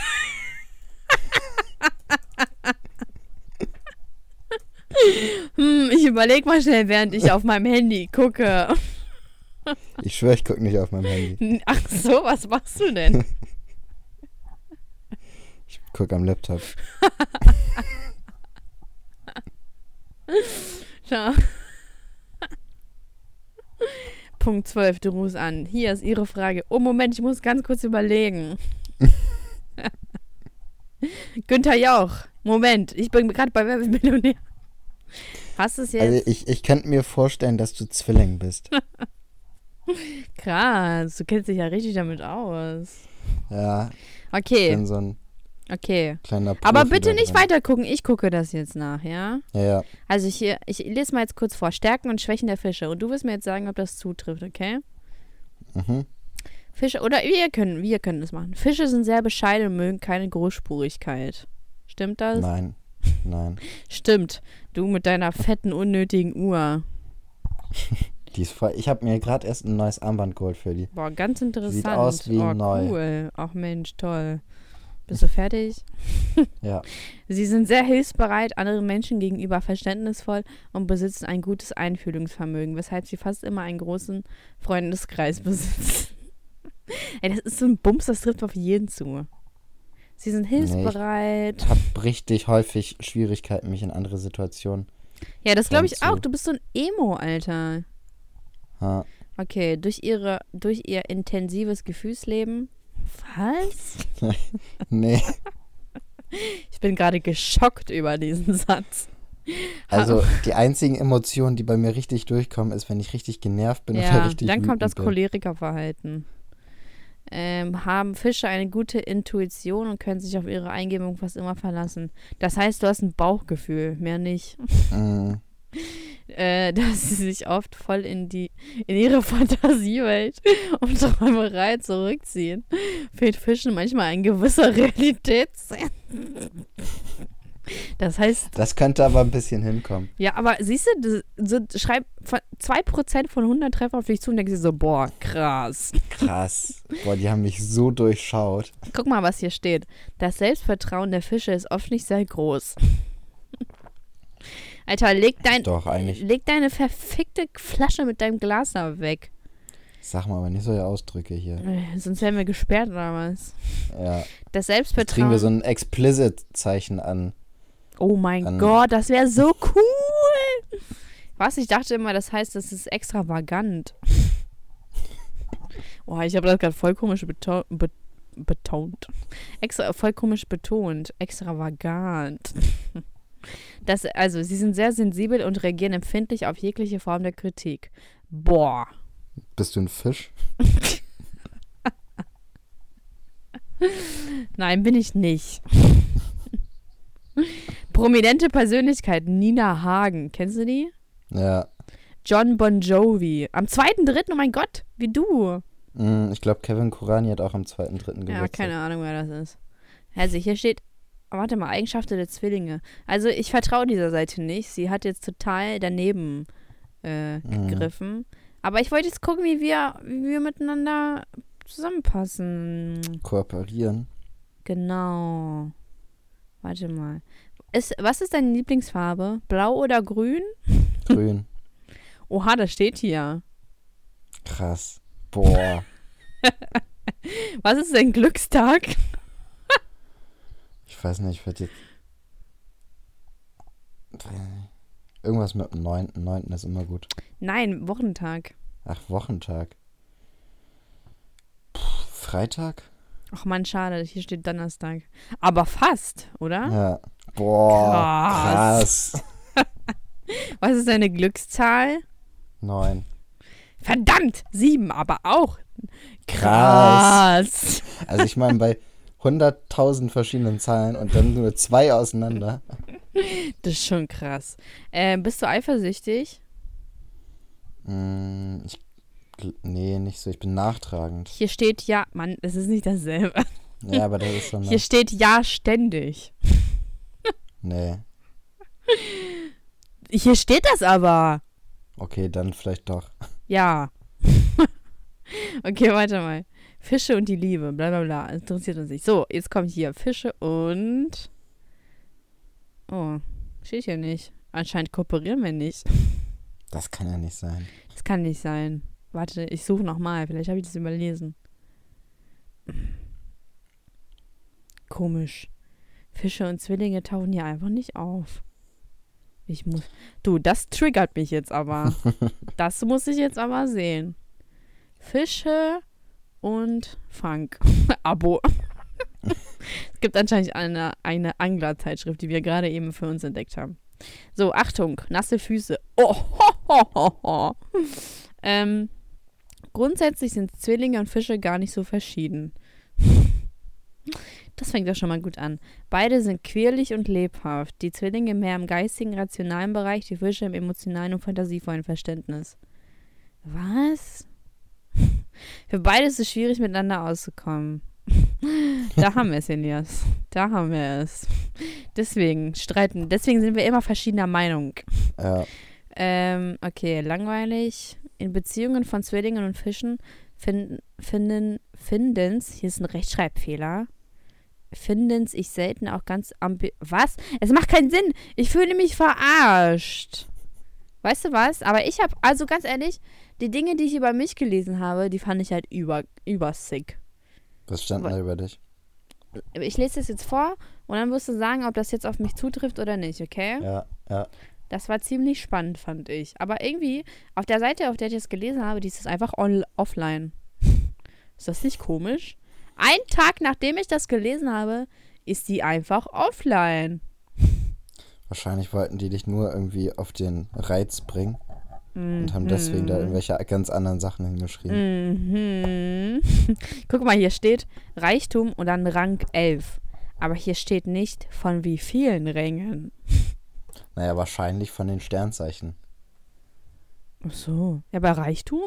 Hm, ich überlege mal schnell, während ich auf meinem Handy gucke. Ich schwöre, ich gucke nicht auf mein Handy. Ach so, was machst du denn? Ich gucke am Laptop. Schau. Punkt zwölf, du rufst an. Hier ist Ihre Frage. Oh, Moment, ich muss ganz kurz überlegen. Günther Jauch. Moment, ich bin gerade bei Wer wird Millionär. Hast du es jetzt? Also ich, ich könnte mir vorstellen, dass du Zwilling bist. Krass, du kennst dich ja richtig damit aus. Ja, ich Okay, bin so ein okay. kleiner Profi Aber bitte da nicht drin. weiter gucken, ich gucke das jetzt nach, ja? Ja, ja. Also ich, hier, ich lese mal jetzt kurz vor. Stärken und Schwächen der Fische. Und du wirst mir jetzt sagen, ob das zutrifft, okay? Mhm. Fische, oder wir können, wir können das machen. Fische sind sehr bescheiden und mögen keine Großspurigkeit. Stimmt das? Nein, nein. Stimmt. Du mit deiner fetten, unnötigen Uhr. Die ist voll, ich habe mir gerade erst ein neues Armband geholt für die. Boah, ganz interessant. Sieht aus wie oh, neu. Cool. Ach Mensch, toll. Bist du fertig? Ja. Sie sind sehr hilfsbereit, anderen Menschen gegenüber verständnisvoll und besitzen ein gutes Einfühlungsvermögen, weshalb sie fast immer einen großen Freundeskreis besitzen. Ey, das ist so ein Bums, das trifft auf jeden zu. Sie sind hilfsbereit. Ich habe richtig häufig Schwierigkeiten, mich in andere Situationen. Ja, das glaube ich Zu. auch. Du bist so ein Emo, Alter. Ha. Okay, durch ihre, durch ihr intensives Gefühlsleben. Was? Nee. Ich bin gerade geschockt über diesen Satz. Also die einzigen Emotionen, die bei mir richtig durchkommen, ist, wenn ich richtig genervt bin oder Ja, richtig dann kommt das wütend bin. Cholerikerverhalten. Ähm, haben Fische eine gute Intuition und können sich auf ihre Eingebung fast immer verlassen. Das heißt, du hast ein Bauchgefühl, mehr nicht. Mm. Äh, dass sie sich oft voll in die in ihre Fantasiewelt und Träumerei zurückziehen. Fehlt Fischen manchmal ein gewisser Realitätssinn. Das heißt, Das könnte aber ein bisschen hinkommen. ja, aber siehst du, so, schreib von zwei Prozent von hundert Treffer auf dich zu und denkst dir so, boah, krass. Krass. Boah, die haben mich so durchschaut. Guck mal, was hier steht. Das Selbstvertrauen der Fische ist oft nicht sehr groß. Alter, leg, dein, Doch, eigentlich. leg deine verfickte Flasche mit deinem Glas da weg. Sag mal, aber nicht solche Ausdrücke hier. Äh, Sonst werden wir gesperrt oder was? Ja. Das Jetzt kriegen Selbstvertrauen. wir so ein Explicit-Zeichen an. Oh mein an- Gott, das wäre so cool. Was? Ich dachte immer, das heißt, das ist extravagant. Oh, ich habe das gerade voll komisch beto be betont. Extra, voll komisch betont. Extravagant. Das, also, sie sind sehr sensibel und reagieren empfindlich auf jegliche Form der Kritik. Boah. Bist du ein Fisch? Nein, bin ich nicht. Prominente Persönlichkeiten. Nina Hagen. Kennst du die? Ja. John Bon Jovi. Am zweiten dritten Oh mein Gott, wie du. Mm, Ich glaube, Kevin Kurani hat auch am zweiten dritten Ja, Geburtstag. keine Ahnung, wer das ist. Also hier steht, warte mal, Eigenschaften der Zwillinge. Also ich vertraue dieser Seite nicht. Sie hat jetzt total daneben äh, gegriffen. Aber ich wollte jetzt gucken, wie wir, wie wir miteinander zusammenpassen. Kooperieren. Genau. Warte mal. Ist, was ist deine Lieblingsfarbe? Blau oder grün? Grün. Oha, das steht hier. Krass. Boah. Was ist dein Glückstag? Ich weiß nicht, ich werde jetzt. Irgendwas mit dem neunten neunten ist immer gut. Nein, Wochentag. Ach, Wochentag. Puh, Freitag? Ach man, schade, hier steht Donnerstag. Aber fast, oder? Ja. Boah, Krass. krass. Was ist deine Glückszahl? Neun. Verdammt, sieben, aber auch. Krass. Krass. Also ich meine, bei hunderttausend verschiedenen Zahlen und dann nur zwei auseinander. Das ist schon krass. Äh, bist du eifersüchtig? Mm, ich, nee, nicht so. Ich bin nachtragend. Hier steht ja, Mann, das ist nicht dasselbe. Ja, aber das ist schon... Hier steht ja ständig. Nee. Hier steht das aber. Okay, dann vielleicht doch. Ja. Okay, warte mal. Fische und die Liebe, bla bla bla. Interessiert uns nicht. So, jetzt kommt hier Fische und... Oh, steht hier nicht. Anscheinend kooperieren wir nicht. Das kann ja nicht sein. Das kann nicht sein. Warte, ich suche nochmal. Vielleicht habe ich das überlesen. Komisch. Fische und Zwillinge tauchen hier einfach nicht auf. Ich muss... Du, das triggert mich jetzt aber. Das muss ich jetzt aber sehen. Fische und Frank. Abo. Es gibt anscheinend eine, eine Anglerzeitschrift, die wir gerade eben für uns entdeckt haben. So, Achtung, nasse Füße. Oh, ho, ho, ho, ho. Ähm, grundsätzlich sind Zwillinge und Fische gar nicht so verschieden. Das fängt ja schon mal gut an. Beide sind quirlig und lebhaft. Die Zwillinge mehr im geistigen, rationalen Bereich, die Fische im emotionalen und fantasievollen Verständnis. Was? Für beide ist es schwierig, miteinander auszukommen. Da haben wir es, Elias. Da haben wir es. Deswegen streiten. Deswegen sind wir immer verschiedener Meinung. Ja. Ähm, okay, langweilig. In Beziehungen von Zwillingen und Fischen finden, finden, finden's, hier ist ein Rechtschreibfehler, finden's ich selten auch ganz ambi... Was? Es macht keinen Sinn. Ich fühle mich verarscht. Weißt du was? Aber ich habe, also ganz ehrlich, die Dinge, die ich über mich gelesen habe, die fand ich halt über, über sick. Was stand da über dich? Ich lese das jetzt vor und dann wirst du sagen, ob das jetzt auf mich zutrifft oder nicht, okay? Ja, ja. Das war ziemlich spannend, fand ich. Aber irgendwie, auf der Seite, auf der ich das gelesen habe, die ist es einfach on- offline. Ist das nicht komisch? Ein Tag, nachdem ich das gelesen habe, ist die einfach offline. Wahrscheinlich wollten die dich nur irgendwie auf den Reiz bringen Mhm. und haben deswegen da irgendwelche ganz anderen Sachen hingeschrieben. Mhm. Guck mal, hier steht Reichtum und dann Rang elf. Aber hier steht nicht von wie vielen Rängen. Naja, wahrscheinlich von den Sternzeichen. Ach so. Ja, bei Reichtum?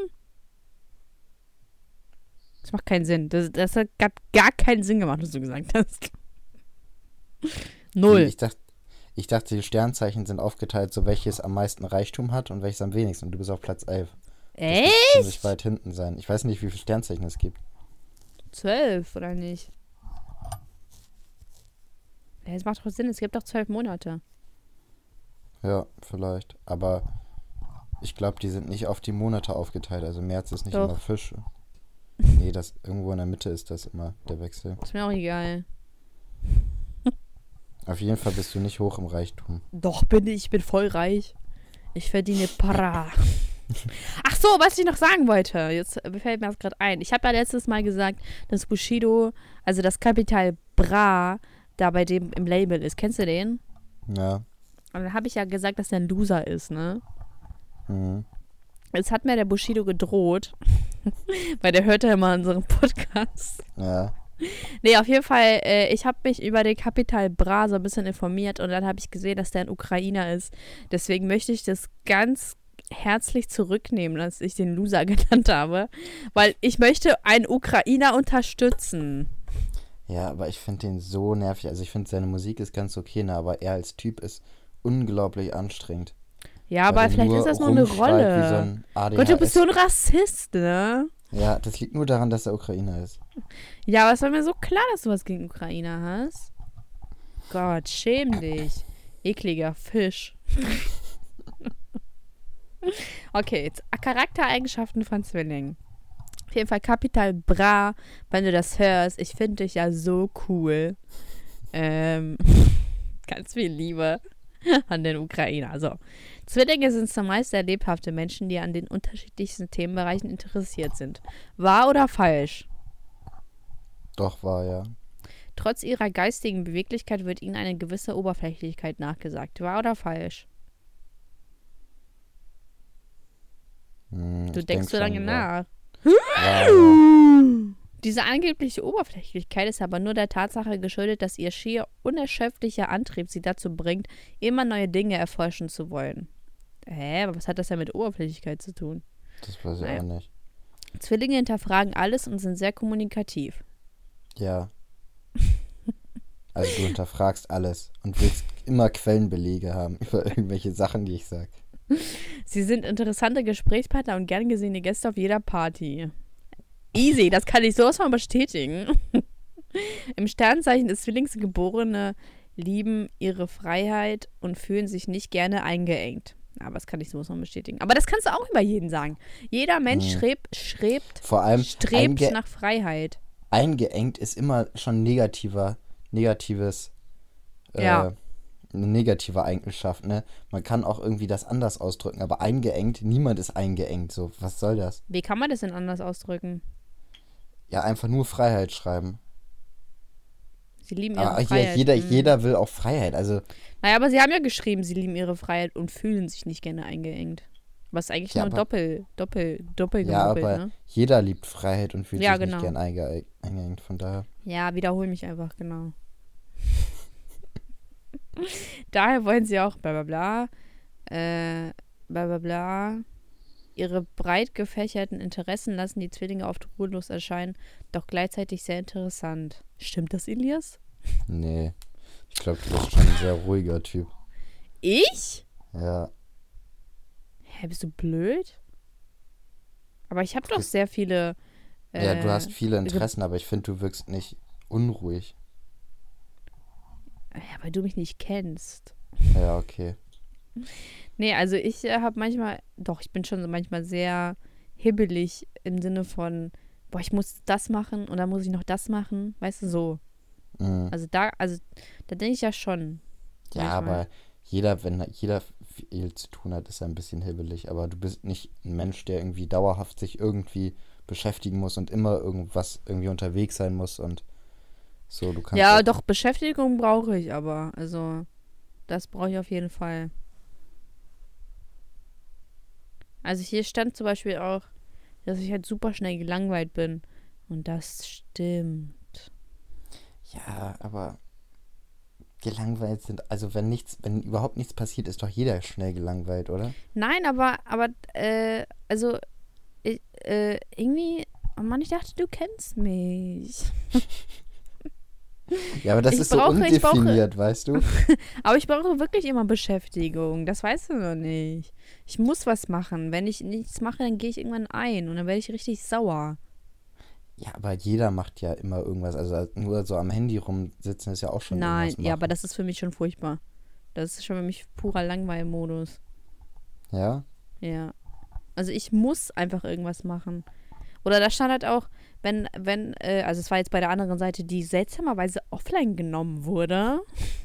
Das macht keinen Sinn. Das, das hat gar, gar keinen Sinn gemacht, was du gesagt hast. Null. Ich dachte, ich dachte, die Sternzeichen sind aufgeteilt, so welches am meisten Reichtum hat und welches am wenigsten. Und du bist auf Platz elf. Das muss Echt? ziemlich weit hinten sein. Ich weiß nicht, wie viele Sternzeichen es gibt. Zwölf, oder nicht? Ja, es macht doch Sinn, es gibt doch zwölf Monate. Ja, vielleicht. Aber ich glaube, die sind nicht auf die Monate aufgeteilt. Also März ist nicht Doch. immer Fische. Nee, das irgendwo in der Mitte ist das immer der Wechsel. Ist mir auch egal. Auf jeden Fall bist du nicht hoch im Reichtum. Doch, bin ich. Ich bin voll reich. Ich verdiene Para. Ach so, was ich noch sagen wollte. Jetzt fällt mir das gerade ein. Ich habe ja letztes Mal gesagt, dass Bushido, also das Kapital Bra, da bei dem im Label ist. Kennst du den? Ja. Und dann habe ich ja gesagt, dass der ein Loser ist, ne? Mhm. Jetzt hat mir der Bushido gedroht, weil der hört ja immer unseren Podcast. Ja. Nee, auf jeden Fall, äh, ich habe mich über den Kapital Bra so ein bisschen informiert und dann habe ich gesehen, dass der ein Ukrainer ist. Deswegen möchte ich das ganz herzlich zurücknehmen, dass ich den Loser genannt habe, weil ich möchte einen Ukrainer unterstützen. Ja, aber ich finde den so nervig. Also ich finde, seine Musik ist ganz okay, ne? Aber er als Typ ist unglaublich anstrengend. Ja, aber Weil der vielleicht ist das nur eine rumschreit Rolle. Wie so ein A D H S. Gott, du bist so ein Rassist, ne? Ja, das liegt nur daran, dass er Ukrainer ist. Ja, aber es war mir so klar, dass du was gegen Ukrainer hast. Gott, schäm dich. Ekliger Fisch. Okay, jetzt Charaktereigenschaften von Zwillingen. Auf jeden Fall Kapital Bra, wenn du das hörst. Ich finde dich ja so cool. Ähm, ganz viel Liebe. an den Ukrainer. So. Zwillinge sind zumeist sehr lebhafte Menschen, die an den unterschiedlichsten Themenbereichen interessiert sind. Wahr oder falsch? Doch, war ja. Trotz ihrer geistigen Beweglichkeit wird ihnen eine gewisse Oberflächlichkeit nachgesagt. Wahr oder falsch? Hm, Du ich denkst denk so lange schon, nach. War, war. Diese angebliche Oberflächlichkeit ist aber nur der Tatsache geschuldet, dass ihr schier unerschöpflicher Antrieb sie dazu bringt, immer neue Dinge erforschen zu wollen. Hä, aber was hat das ja mit Oberflächlichkeit zu tun? Das weiß ich Naja. auch nicht. Zwillinge hinterfragen alles und sind sehr kommunikativ. Ja. Also du hinterfragst alles und willst immer Quellenbelege haben über irgendwelche Sachen, die ich sag. Sie sind interessante Gesprächspartner und gern gesehene Gäste auf jeder Party. Easy, das kann ich sowas von bestätigen. Im Sternzeichen des Zwillingsgeborene lieben ihre Freiheit und fühlen sich nicht gerne eingeengt. Aber das kann ich sowas von bestätigen. Aber das kannst du auch über jeden sagen. Jeder Mensch Hm. strebt, strebt, Vor allem strebt einge nach Freiheit. eingeengt ist immer schon negativer, negatives, äh, Ja. eine negative Eigenschaft, ne? Man kann auch irgendwie das anders ausdrücken, aber eingeengt, niemand ist eingeengt, so, was soll das? Wie kann man das denn anders ausdrücken? Ja, einfach nur Freiheit schreiben. Sie lieben ihre Aber ja, Freiheit. jeder, Mhm. jeder will auch Freiheit, also, Naja, aber sie haben ja geschrieben, sie lieben ihre Freiheit und fühlen sich nicht gerne eingeengt. Was eigentlich Ja, nur aber- doppel, doppel, doppel ja, gemoppelt, aber ne? jeder liebt Freiheit und fühlt Ja, sich genau. nicht gern einge eingeengt, von daher. Ja, wiederhol mich einfach, genau. Daher wollen sie auch bla bla bla, äh, bla bla bla. Ihre breit gefächerten Interessen lassen die Zwillinge oft ruhelos erscheinen, doch gleichzeitig sehr interessant. Stimmt das, Elias? Nee, ich glaube, du bist schon ein sehr ruhiger Typ. Ich? Ja, Hä, bist du blöd? Aber ich habe doch bist- sehr viele. Äh, ja, du hast viele ge- Interessen, aber ich finde, du wirkst nicht unruhig. Ja, weil du mich nicht kennst. Ja, okay. Nee, also ich äh, habe manchmal, doch, ich bin schon so manchmal sehr hibbelig im Sinne von, boah, ich muss das machen und dann muss ich noch das machen, weißt du, so. Mhm. Also da, also da denke ich ja schon. Ja, manchmal. aber jeder, wenn jeder viel zu tun hat, ist er ein bisschen hibbelig. Aber du bist nicht ein Mensch, der irgendwie dauerhaft sich irgendwie beschäftigen muss und immer irgendwas irgendwie unterwegs sein muss und so, du kannst Ja, auch- doch, Beschäftigung brauche ich aber. Also, das brauche ich auf jeden Fall. Also hier stand zum Beispiel auch, dass ich halt super schnell gelangweilt bin. Und das stimmt. Ja, aber gelangweilt sind, also wenn nichts, wenn überhaupt nichts passiert, ist doch jeder schnell gelangweilt, oder? Nein, aber, aber, äh, also, ich, äh, irgendwie, oh Mann, ich dachte, du kennst mich. Ja, aber das Ich ist so brauche- ich brauche- undefiniert, weißt du? Aber ich brauche wirklich immer Beschäftigung. Das weißt du noch nicht. Ich muss was machen. Wenn ich nichts mache, dann gehe ich irgendwann ein und dann werde ich richtig sauer. Ja, aber jeder macht ja immer irgendwas. Also nur so am Handy rumsitzen ist ja auch schon Nein, irgendwas ja, aber machen. das ist für mich schon furchtbar. Das ist schon für mich purer Langweilmodus. Ja? Ja. Also ich muss einfach irgendwas machen. Oder da stand halt auch, wenn, wenn, äh, also es war jetzt bei der anderen Seite, die seltsamerweise offline genommen wurde.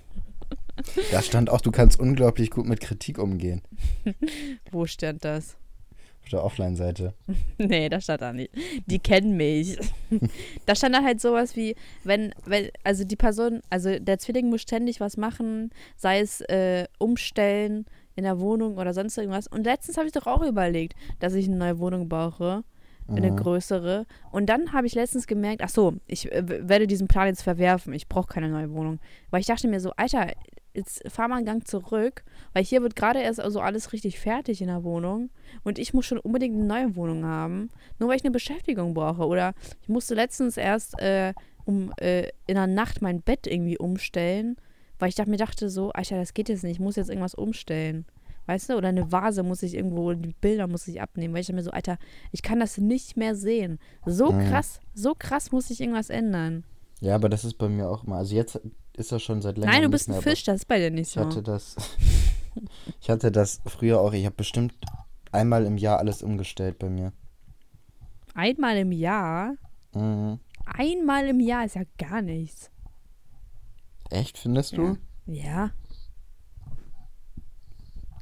Da stand auch, du kannst unglaublich gut mit Kritik umgehen. Wo stand das? Auf der Offline-Seite. Nee, da stand da nicht. Die kennen mich. Da stand da halt sowas wie, wenn, wenn, also die Person, also der Zwilling muss ständig was machen, sei es äh, umstellen in der Wohnung oder sonst irgendwas. Und letztens habe ich doch auch überlegt, dass ich eine neue Wohnung brauche, eine Mhm. größere. Und dann habe ich letztens gemerkt, ach so, ich äh, w- werde diesen Plan jetzt verwerfen. Ich brauche keine neue Wohnung. Weil ich dachte mir so, Alter, jetzt fahr mal einen Gang zurück, weil hier wird gerade erst also alles richtig fertig in der Wohnung und ich muss schon unbedingt eine neue Wohnung haben, nur weil ich eine Beschäftigung brauche. Oder ich musste letztens erst äh, um äh, in der Nacht mein Bett irgendwie umstellen, weil ich dachte, mir dachte so, Alter, das geht jetzt nicht, ich muss jetzt irgendwas umstellen. Weißt du? Oder eine Vase muss ich irgendwo, die Bilder muss ich abnehmen, weil ich dachte mir so, Alter, ich kann das nicht mehr sehen. So Mhm. krass, so krass muss ich irgendwas ändern. Ja, aber das ist bei mir auch immer. Also jetzt ist das schon seit längerem Nein, du nicht bist ein mehr, Fisch, das ist bei dir nicht Ich so. hatte das. Ich hatte das früher auch. Ich habe bestimmt einmal im Jahr alles umgestellt bei mir. Einmal im Jahr? Mhm. Einmal im Jahr ist ja gar nichts. Echt, findest du? Ja.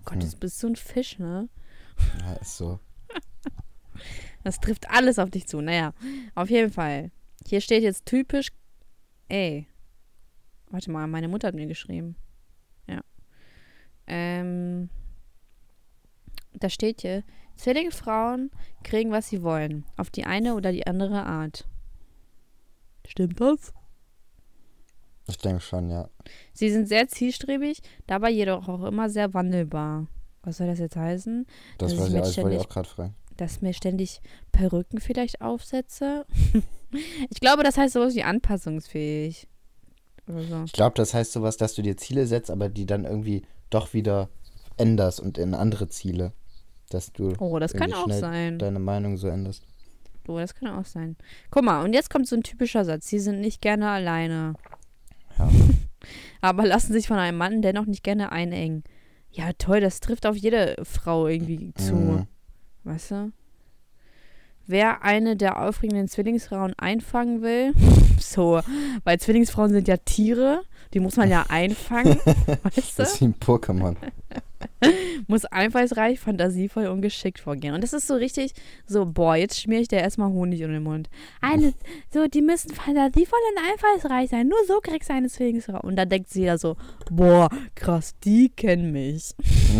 Gott, Hm. du bist so ein Fisch, ne? Ja, ist so. Das trifft alles auf dich zu. Naja, auf jeden Fall. Hier steht jetzt typisch. Ey. Warte mal, meine Mutter hat mir geschrieben. Ja. Ähm. Da steht hier: Zwillingsfrauen kriegen, was sie wollen. Auf die eine oder die andere Art. Stimmt das? Ich denke schon, ja. Sie sind sehr zielstrebig, dabei jedoch auch immer sehr wandelbar. Was soll das jetzt heißen? Das Dass weiß ich ich, mir auch- ich wollte ich ständig- auch gerade fragen. Dass mir ständig Perücken vielleicht aufsetze. Ich glaube, das heißt sowas wie anpassungsfähig. Oder so. Ich glaube, das heißt sowas, dass du dir Ziele setzt, aber die dann irgendwie doch wieder änderst und in andere Ziele. Dass du Oh, das kann irgendwie auch schnell sein. deine Meinung so änderst. Oh, das kann auch sein. Guck mal, und jetzt kommt so ein typischer Satz. Sie sind nicht gerne alleine. Ja. Aber lassen sich von einem Mann dennoch nicht gerne einengen. Ja, toll, das trifft auf jede Frau irgendwie zu. Mhm. Weißt du? Wer eine der aufregenden Zwillingsfrauen einfangen will, so, weil Zwillingsfrauen sind ja Tiere, die muss man ja einfangen, weißt Das ist du? wie ein Pokémon. Muss einfallsreich, fantasievoll und geschickt vorgehen. Und das ist so richtig so, boah, jetzt schmier ich dir erstmal Honig in den Mund. Eine, so, die müssen fantasievoll und einfallsreich sein, nur so kriegst du eine Zwillingsfrau. Und da denkt sie ja so, boah, krass, die kennen mich.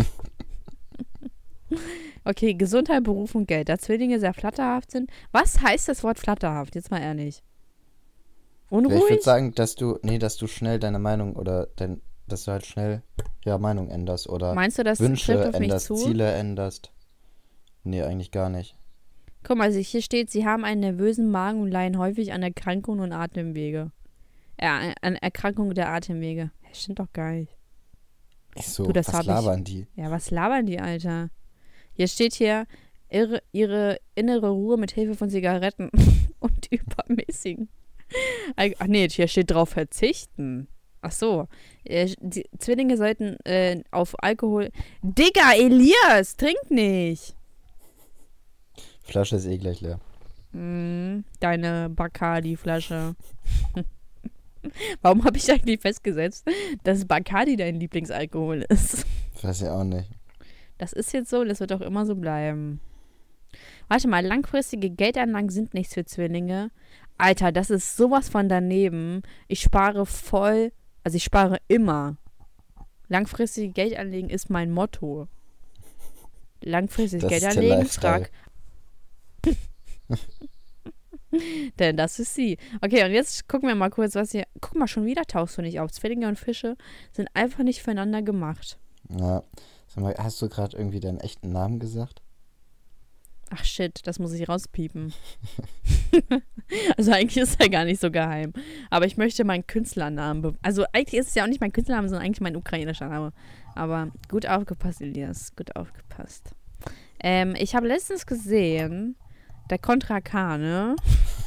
Okay, Gesundheit, Beruf und Geld. Da Zwillinge sehr flatterhaft sind. Was heißt das Wort flatterhaft? Jetzt mal ehrlich. Ich würde Unruhig? sagen, dass du, nee, dass du schnell deine Meinung oder dein, dass du halt schnell ja Meinung änderst oder Meinst du, das Wünsche trifft auf mich änderst, zu? Ziele änderst. Nee, eigentlich gar nicht. Guck mal, also hier steht, sie haben einen nervösen Magen und leiden häufig an Erkrankungen und Atemwege. Ja, an Erkrankungen der Atemwege. Das stimmt doch gar nicht. Ich so, Du, das hab was ich. labern die? Ja, was labern die, Alter? Hier steht hier, ihre, ihre innere Ruhe mit Hilfe von Zigaretten und übermäßigen. Al- Ach nee, hier steht drauf verzichten. Ach so. Äh, Die Zwillinge sollten äh, auf Alkohol. Digga, Elias, trink nicht. Flasche ist eh gleich leer. Mm, deine Bacardi-Flasche. Warum habe ich eigentlich festgesetzt, dass Bacardi dein Lieblingsalkohol ist? Weiß ich auch nicht. Das ist jetzt so und das wird auch immer so bleiben. Warte mal, langfristige Geldanlagen sind nichts für Zwillinge. Alter, das ist sowas von daneben. Ich spare voll, also ich spare immer. Langfristige Geldanlegen ist mein Motto. Langfristig Das ist der Geldanlegen, Lifestyle. frag. Denn das ist sie. Okay, und jetzt gucken wir mal kurz, was hier. Guck mal, schon wieder tauchst du nicht auf. Zwillinge und Fische sind einfach nicht füreinander gemacht. Ja. Sag mal, hast du gerade irgendwie deinen echten Namen gesagt? Ach shit, das muss ich rauspiepen. Also eigentlich ist er gar nicht so geheim. Aber ich möchte meinen Künstlernamen. Be- also eigentlich ist es ja auch nicht mein Künstlername, sondern eigentlich mein ukrainischer Name. Aber gut aufgepasst, Elias. Gut aufgepasst. Ähm, ich habe letztens gesehen, der Contra K, ne?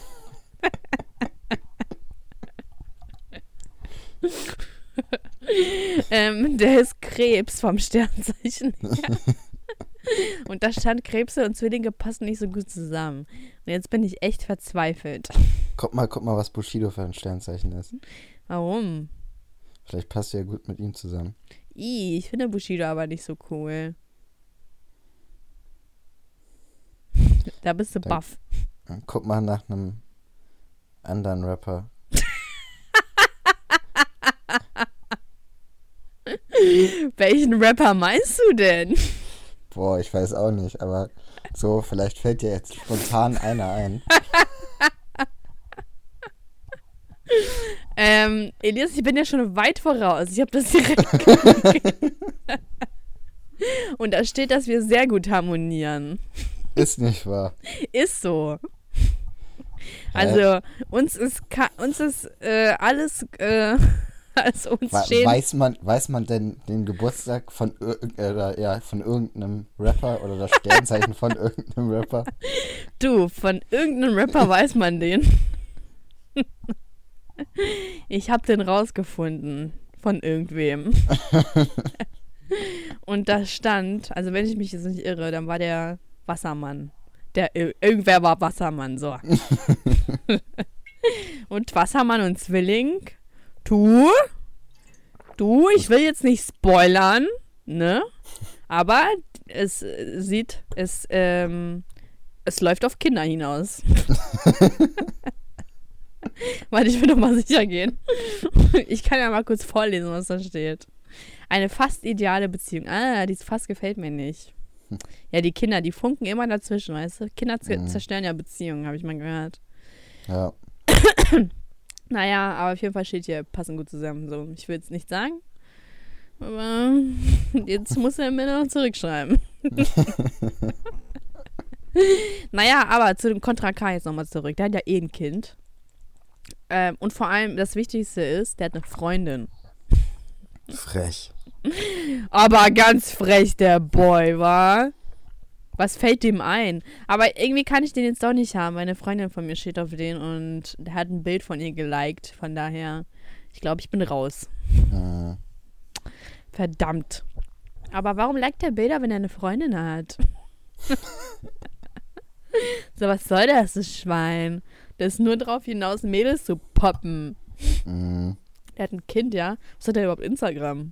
ähm, der ist Krebs vom Sternzeichen her. Und da stand, Krebse und Zwillinge passen nicht so gut zusammen. Und jetzt bin ich echt verzweifelt. Guck mal, guck mal, was Bushido für ein Sternzeichen ist. Warum? Vielleicht passt du ja gut mit ihm zusammen. Ih, ich finde Bushido aber nicht so cool. Da bist du Da- baff. Guck mal nach einem anderen Rapper. Welchen Rapper meinst du denn? Boah, ich weiß auch nicht, aber so, vielleicht fällt dir jetzt spontan einer ein. Ähm, Elias, ich bin ja schon weit voraus. Ich habe das direkt gesehen. Und da steht, dass wir sehr gut harmonieren. Ist nicht wahr. Ist so. Also, uns ist, ka- uns ist äh, alles, äh, also uns We stehen. weiß, man, weiß man denn den Geburtstag von, ir äh, oder, ja, von irgendeinem Rapper oder das Sternzeichen von irgendeinem Rapper? Du, von irgendeinem Rapper weiß man den. Ich hab den rausgefunden. Von irgendwem. Und da stand, also wenn ich mich jetzt nicht irre, dann war der Wassermann. Der, ir- irgendwer war Wassermann, so. Und Wassermann und Zwilling. Du? Du, ich will jetzt nicht spoilern, ne? Aber es äh, sieht, es, ähm, es läuft auf Kinder hinaus. Warte, ich will doch mal sicher gehen. Ich kann ja mal kurz vorlesen, was da steht. Eine fast ideale Beziehung. Ah, die fast gefällt mir nicht. Ja, die Kinder, die funken immer dazwischen, weißt du? Kinder z- Mhm. zerstören ja Beziehungen, habe ich mal gehört. Ja. Naja, aber auf jeden Fall steht hier, passen gut zusammen. So, ich will es nicht sagen. Aber jetzt muss er mir noch zurückschreiben. Naja, aber zu dem Contra K jetzt nochmal zurück. Der hat ja eh ein Kind. Ähm, und vor allem, das Wichtigste ist, der hat eine Freundin. Frech. Aber ganz frech, der Boy, wa? Was fällt dem ein? Aber irgendwie kann ich den jetzt doch nicht haben. Eine Freundin von mir steht auf den und der hat ein Bild von ihr geliked. Von daher, ich glaube, ich bin raus. Mhm. Verdammt. Aber warum liked er Bilder, wenn er eine Freundin hat? So, was soll das, das Schwein? Der ist nur drauf hinaus, Mädels zu poppen. Mhm. Der hat ein Kind, ja? Was hat der überhaupt Instagram?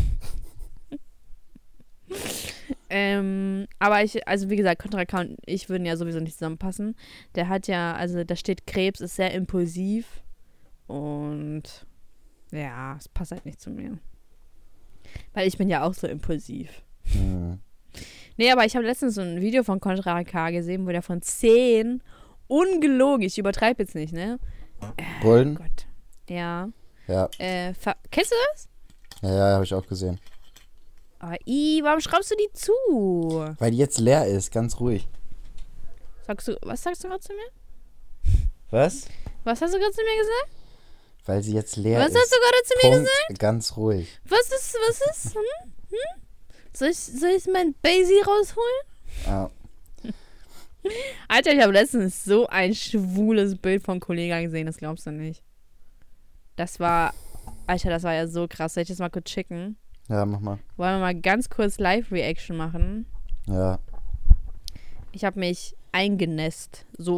ähm, aber ich, also wie gesagt, Contra K und ich würden ja sowieso nicht zusammenpassen. Der hat ja, also da steht Krebs, ist sehr impulsiv. Und ja, es passt halt nicht zu mir. Weil ich bin ja auch so impulsiv. Mhm. Nee, aber ich habe letztens so ein Video von Contra K gesehen, wo der von zehn, ungelogen, ich übertreibe jetzt nicht, ne? Bullen? Oh Gott. Ja. Ja. Äh, ver- kennst du das? Ja, ja, habe ich auch gesehen. Aber i, warum schraubst du die zu? Weil die jetzt leer ist, ganz ruhig. Sagst du, was sagst du gerade zu mir? Was? Was hast du gerade zu mir gesagt? Weil sie jetzt leer Was ist. hast du gerade zu mir Punkt, gesagt? ganz ruhig. Was ist, was ist? Hm? Hm? Soll ich, soll ich mein Basie rausholen? Ja. Alter, ich habe letztens so ein schwules Bild von Kollega gesehen, das glaubst du nicht. Das war, Alter, das war ja so krass. Soll ich das mal kurz schicken? Ja, mach mal. Wollen wir mal ganz kurz Live-Reaction machen? Ja. Ich habe mich eingenässt. So.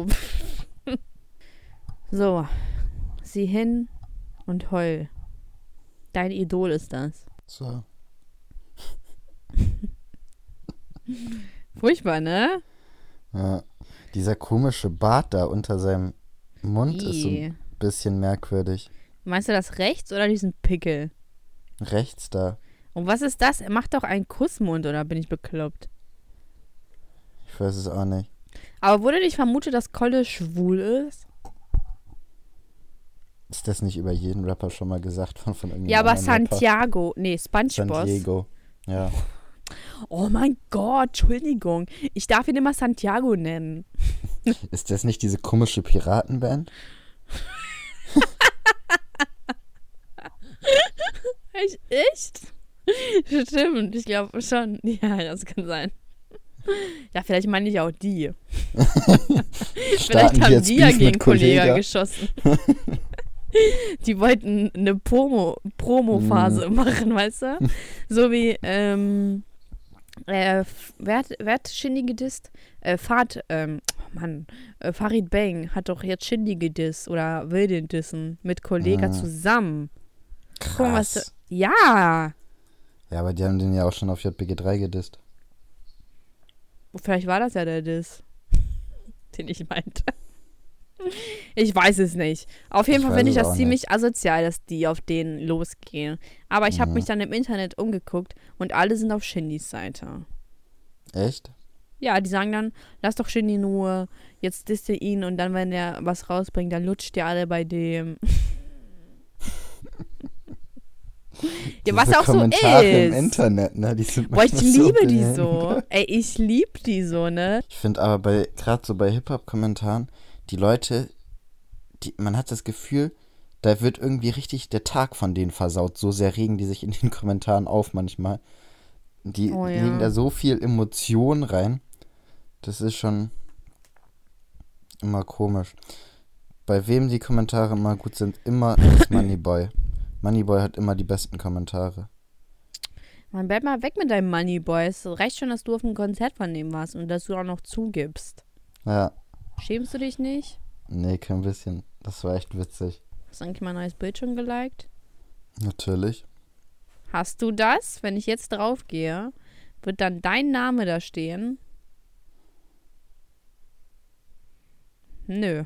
So. Sieh hin und heul. Dein Idol ist das. So. Furchtbar, ne? Ja. Dieser komische Bart da unter seinem Mund ist so Ih. ein bisschen merkwürdig. Meinst du das rechts oder diesen Pickel? Rechts da. Und was ist das? Er macht doch einen Kussmund, oder bin ich bekloppt? Ich weiß es auch nicht. Aber wurde nicht vermutet, dass Kolle schwul ist? Ist das nicht über jeden Rapper schon mal gesagt von, von irgendeinem Ja, aber anderen Rapper? Santiago, nee, SpongeBob. San Diego. Ja. Oh mein Gott, Entschuldigung. Ich darf ihn immer Santiago nennen. Ist das nicht diese komische Piratenband? Echt? Echt? Stimmt, ich glaube schon. Ja, das kann sein. Ja, vielleicht meine ich auch die. Vielleicht Starten haben jetzt die ja Beef gegen mit Kollega Kollega? geschossen. Die wollten eine Promo, Promo-Phase machen, weißt du? So wie, ähm, äh, f- wer hat, wer hat Shindy gedisst? Äh, Fahrt, ähm, oh Mann, äh, Farid Bang hat doch jetzt Shindy gedisst oder will den dissen mit Kollega Mhm. zusammen. Guck mal, was Krass. du, ja, Ja, aber die haben den ja auch schon auf J B G drei gedisst. vielleicht war das ja der Diss, den ich meinte. Ich weiß es nicht. Auf jeden Ich Fall weiß finde ich es das auch ziemlich asozial, dass die auf den losgehen. Aber ich habe Mhm. mich dann im Internet umgeguckt und alle sind auf Shindys Seite. Echt? Ja, die sagen dann, lass doch Shindy in Ruhe, jetzt disst ihr ihn und dann, wenn er was rausbringt, dann lutscht ihr alle bei dem. Ja, was Diese auch so Kommentare im ist. Internet, ne? Die sind Boah, ich manchmal so liebe die behindert. so. Ey, ich liebe die so, ne? Ich finde aber bei, gerade so bei Hip-Hop-Kommentaren, die Leute, die, man hat das Gefühl, da wird irgendwie richtig der Tag von denen versaut. So sehr regen die sich in den Kommentaren auf manchmal. Die Oh ja. legen da so viel Emotion rein. Das ist schon immer komisch. Bei wem die Kommentare immer gut sind, immer ist Moneyboy. Moneyboy hat immer die besten Kommentare. Man, bleib mal weg mit deinem Moneyboy. Es reicht schon, dass du auf einem Konzert von dem warst und dass du auch noch zugibst. Ja, Schämst du dich nicht? nee, kein bisschen. Das war echt witzig. Hast du eigentlich mein neues Bild schon geliked? Natürlich. Hast du das? Wenn ich jetzt drauf gehe, Wird dann dein Name da stehen? Nö.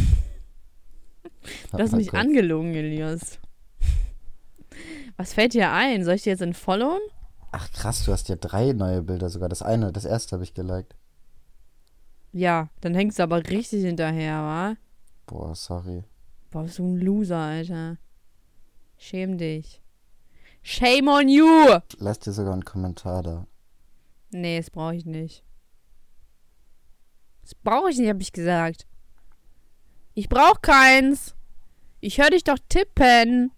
Du hast mich kurz. angelogen, Elias. Was fällt dir ein? Soll ich dir jetzt entfollowen? Ach krass, du hast ja drei neue Bilder sogar. Das eine, das erste habe ich geliked. Ja, dann hängst du aber richtig hinterher, wa? Boah, sorry. Boah, bist du ein Loser, Alter. Schäm dich. Shame on you! Lass dir sogar einen Kommentar da. Nee, das brauche ich nicht. Das brauche ich nicht, habe ich gesagt. Ich brauche keins. Ich höre dich doch tippen.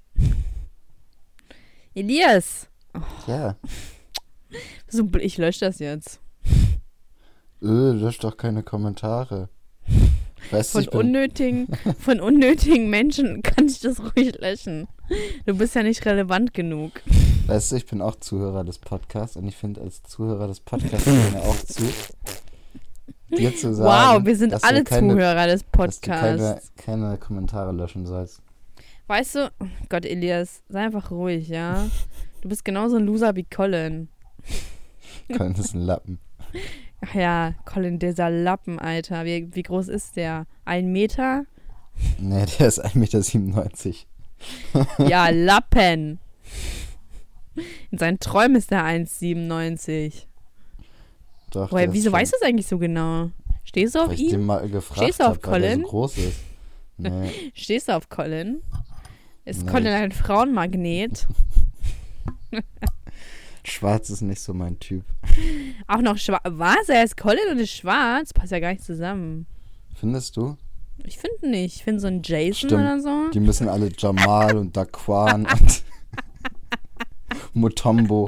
Elias. Ja. So, bl- ich lösche das jetzt. Öh, lösch doch keine Kommentare. Weißt du, Von ich bin, unnötigen, von unnötigen Menschen kann ich das ruhig löschen. Du bist ja nicht relevant genug. weißt du, ich bin auch Zuhörer des Podcasts und ich finde, als Zuhörer des Podcasts gehört mir auch zu, dir zu sagen, Wow, wir sind dass alle du keine, Zuhörer des dass du keine, Podcasts. keine Kommentare löschen sollst. Weißt du, oh Gott, Elias, sei einfach ruhig, ja? Du bist genauso ein Loser wie Colin. Colin ist ein Lappen. Ach ja, Colin, dieser Lappen, Alter. Wie, wie groß ist der? Ein Meter? Nee, der ist ein Meter siebenundneunzig. Ja, Lappen. In seinen Träumen ist er eins Komma siebenundneunzig. Doch, Woher, der ist wieso schon- weißt du das eigentlich so genau? Stehst du auf Weil ich den ihn? mal gefragt Stehst du auf hab, weil der so Colin? groß ist. Nee, Stehst du auf Colin? Ist Nee, Colin ich- ein Frauenmagnet? schwarz ist nicht so mein Typ. Auch noch schwarz. Was? Er ist Colin und ist schwarz? Passt ja gar nicht zusammen. Findest du? Ich finde nicht. Ich finde so ein Jason Stimmt. oder so. Die müssen alle Jamal und Daquan und Mutombo.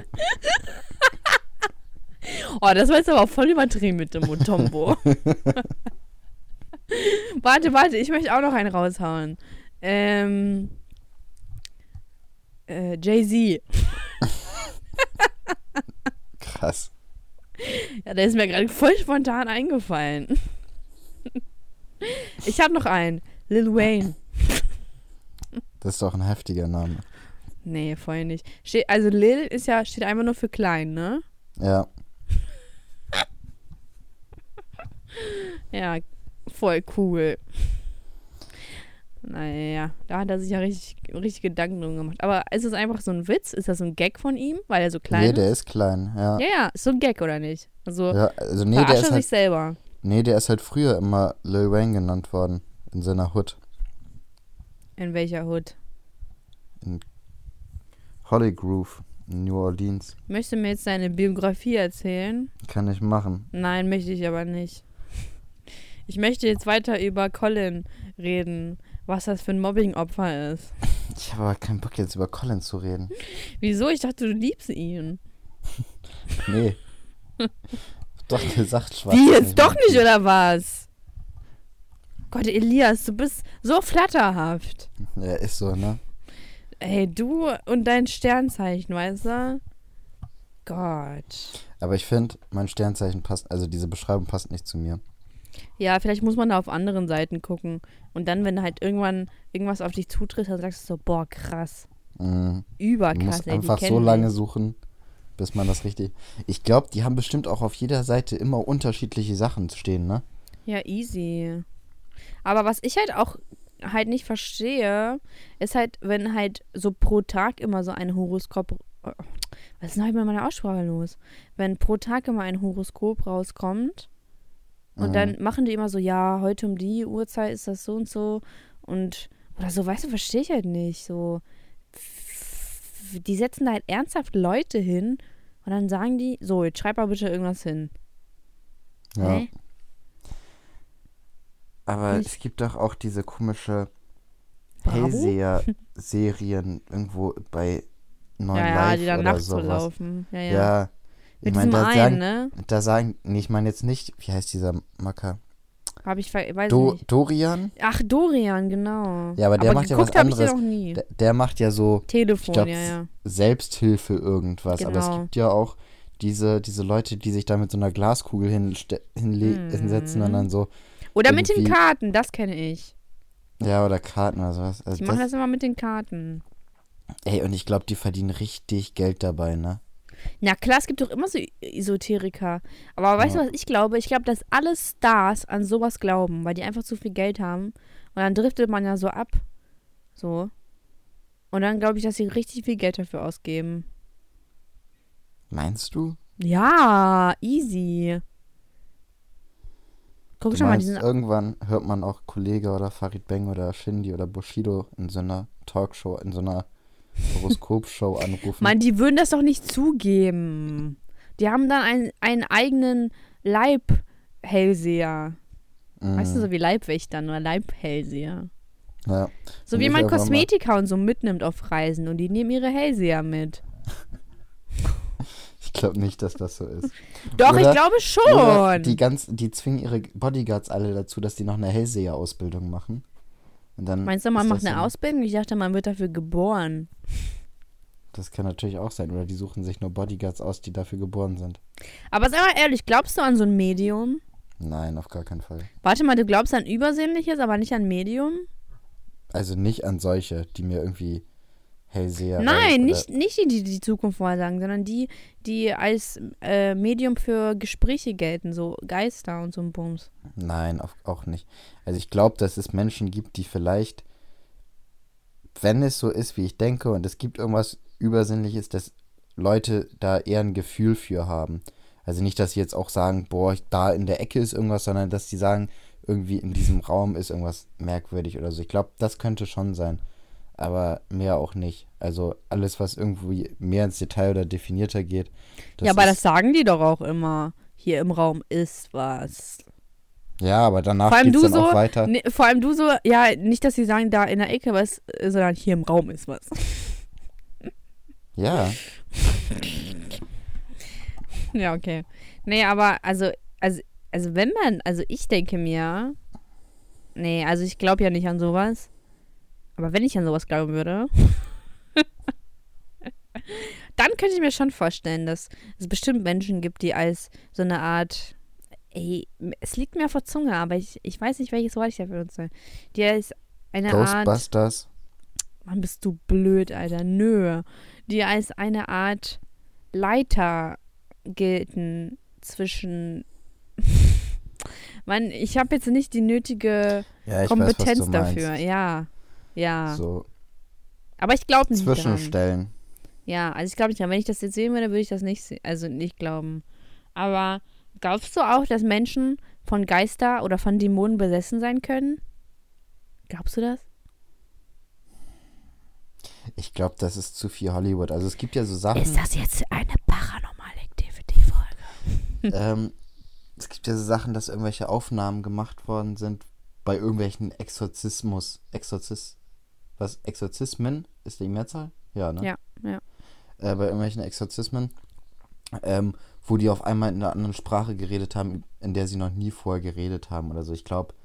Oh, das war jetzt aber auch voll übertrieben mit dem Mutombo. warte, warte, ich möchte auch noch einen raushauen. Ähm. Äh, Jay-Z. Krass. Ja, der ist mir gerade voll spontan eingefallen. Ich habe noch einen. Lil Wayne. Das ist doch ein heftiger Name. Nee, voll nicht. Ste also Lil ist ja, steht einfach nur für klein, ne? Ja. Ja, voll cool. Naja, da hat er sich ja richtig, richtig Gedanken drum gemacht. Aber ist es einfach so ein Witz? Ist das so ein Gag von ihm, weil er so klein Nee, ist? der ist klein, ja. Ja, ja, ist so ein Gag, oder nicht? Also, Ja, also nee, der verarscht ist er halt, sich selber. nee, der ist halt früher immer Lil Wayne genannt worden. In seiner Hood. In welcher Hood? Holly Groove in New Orleans. Möchtest du mir jetzt deine Biografie erzählen? Kann ich machen. Nein, möchte ich aber nicht. Ich möchte jetzt weiter über Colin reden, was das für ein Mobbing-Opfer ist. Ich habe aber keinen Bock jetzt über Colin zu reden. Wieso? Ich dachte, du liebst ihn. Nee. Doch gesagt, schwarz. Wie ist jetzt doch mein nicht, Typ. oder was? Gott, Elias, du bist so flatterhaft. Ja, ist so, ne? Ey, du und dein Sternzeichen, weißt du? Gott. Aber ich finde, mein Sternzeichen passt, also diese Beschreibung passt nicht zu mir. Ja, vielleicht muss man da auf anderen Seiten gucken. Und dann, wenn halt irgendwann irgendwas auf dich zutritt, dann sagst du so, boah, krass. Mhm. Du Überkrass, musst ey, die einfach so kennen lange mich. suchen, bis man das richtig... Ich glaube, die haben bestimmt auch auf jeder Seite immer unterschiedliche Sachen stehen, ne? Ja, easy. Aber was ich halt auch halt nicht verstehe, ist halt, wenn halt so pro Tag immer so ein Horoskop. Was ist denn heute mit meiner Aussprache los? Wenn pro Tag immer ein Horoskop rauskommt und Mhm. dann machen die immer so, ja, heute um die Uhrzeit ist das so und so und oder so, weißt du, verstehe ich halt nicht. So, die setzen da halt ernsthaft Leute hin und dann sagen die, so, jetzt schreib mal bitte irgendwas hin. Ja. Hä? Aber Nicht- es gibt doch auch diese komische Bravo? Hellseher-Serien irgendwo bei neun Ja, ja, Live die dann oder nachts so sowas. laufen. Ja, Ja, ja. ich Mit meine, diesem da einen, sagen, ne? da sagen, nee, ich meine jetzt nicht, wie heißt dieser Macker? Hab ich, ver- weiß Do, nicht. Dorian? Ach, Dorian, genau. Ja, aber der macht ja was geguckt hab ich den anderes. noch nie. Der, der macht ja so, ich Telefon, glaube, ja, ja. Selbsthilfe irgendwas. Aber es Genau. gibt ja auch diese, diese Leute, die sich da mit so einer Glaskugel hinste- hinle Mhm. hinsetzen und dann so, Oder mit den irgendwie- Karten, das kenne ich. ja, oder Karten oder sowas. Also Die machen das, das immer mit den Karten. ey, und ich glaube, die verdienen richtig Geld dabei, ne? Na klar, es gibt doch immer so Esoteriker. Aber weißt Ja. du, was ich glaube? Ich glaube, dass alle Stars an sowas glauben, weil die einfach zu viel Geld haben. Und dann driftet man ja so ab. So. Und dann glaube ich, dass sie richtig viel Geld dafür ausgeben. Meinst du? Ja, easy. Guck Du schon mal meinst, diesen. irgendwann hört man auch Kollege oder Farid Bang oder Shindy oder Bushido in so einer Talkshow, in so einer Horoskopshow anrufen. Mann, die würden das doch nicht zugeben. Die haben dann einen, einen eigenen Leibhellseher. Mm, Weißt du, so wie Leibwächter oder Leibhellseher. ja. So Und wie ich man einfach mal- Kosmetika und so mitnimmt auf Reisen und die nehmen ihre Hellseher mit. Ich glaube nicht, dass das so ist. Doch, Oder- ich glaube Oder schon. die, ganz, die zwingen ihre Bodyguards alle dazu, dass die noch eine Hellseher-Ausbildung machen. Und dann Meinst du, man ist macht das eine so- Ausbildung? Ich dachte, man wird dafür geboren. Das kann natürlich auch sein. Oder die suchen sich nur Bodyguards aus, die dafür geboren sind. Aber sag mal ehrlich, glaubst du an so ein Medium? Nein, auf gar keinen Fall. Warte mal, du glaubst an Übersinnliches, aber nicht an Medium? Also nicht an solche, die mir irgendwie Hellseher... Nein, oder- nicht, nicht die, die die Zukunft vorhersagen, sondern die, die als äh, Medium für Gespräche gelten, so Geister und so ein Bums. Nein, auf, auch nicht. Also ich glaube, dass es Menschen gibt, die vielleicht, wenn es so ist, wie ich denke, und es gibt irgendwas Übersinnliches, dass Leute da eher ein Gefühl für haben. Also nicht, dass sie jetzt auch sagen, boah, da in der Ecke ist irgendwas, sondern dass sie sagen, irgendwie in diesem Raum ist irgendwas merkwürdig oder so. Ich glaube, das könnte schon sein. Aber mehr auch nicht. Also alles, was irgendwie mehr ins Detail oder definierter geht. ja, aber ist, das sagen die doch auch immer. Hier im Raum ist was. Ja, aber danach Vor allem geht es du dann auch so, weiter. ne, vor allem du so, ja, nicht, dass sie sagen, da in der Ecke was, äh, sondern hier im Raum ist was. Ja, Ja, okay. Nee, aber also, also, also wenn man, also ich denke mir, nee, also ich glaube ja nicht an sowas. Aber wenn ich an sowas glauben würde, dann könnte ich mir schon vorstellen, dass es bestimmt Menschen gibt, die als so eine Art, ey, es liegt mir auf der Zunge, aber ich, ich weiß nicht, welches Wort ich dafür benutze. Die als eine Art, Ghostbusters. Mann, bist du blöd, Alter, nö. Die als eine Art Leiter gelten zwischen. Mann, ich habe jetzt nicht die nötige Ja, ich Kompetenz weiß, was du dafür. meinst. Ja, ja. So Aber ich glaube nicht dran. Zwischenstellen. Ja, also ich glaube nicht dran. Wenn ich das jetzt sehen würde, würde ich das nicht se- also nicht glauben. Aber glaubst du auch, dass Menschen von Geister oder von Dämonen besessen sein können? Glaubst du das? Ich glaube, das ist zu viel Hollywood. Also es gibt ja so Sachen, Ist das jetzt eine Paranormal Activity-Folge? ähm, es gibt ja so Sachen, dass irgendwelche Aufnahmen gemacht worden sind bei irgendwelchen Exorzismus, Exorzis, was, Exorzismen? Ist die Mehrzahl? Ja, ne? Ja, ja. Äh, bei irgendwelchen Exorzismen, ähm, wo die auf einmal in einer anderen Sprache geredet haben, in der sie noch nie vorher geredet haben oder so. Ich glaube,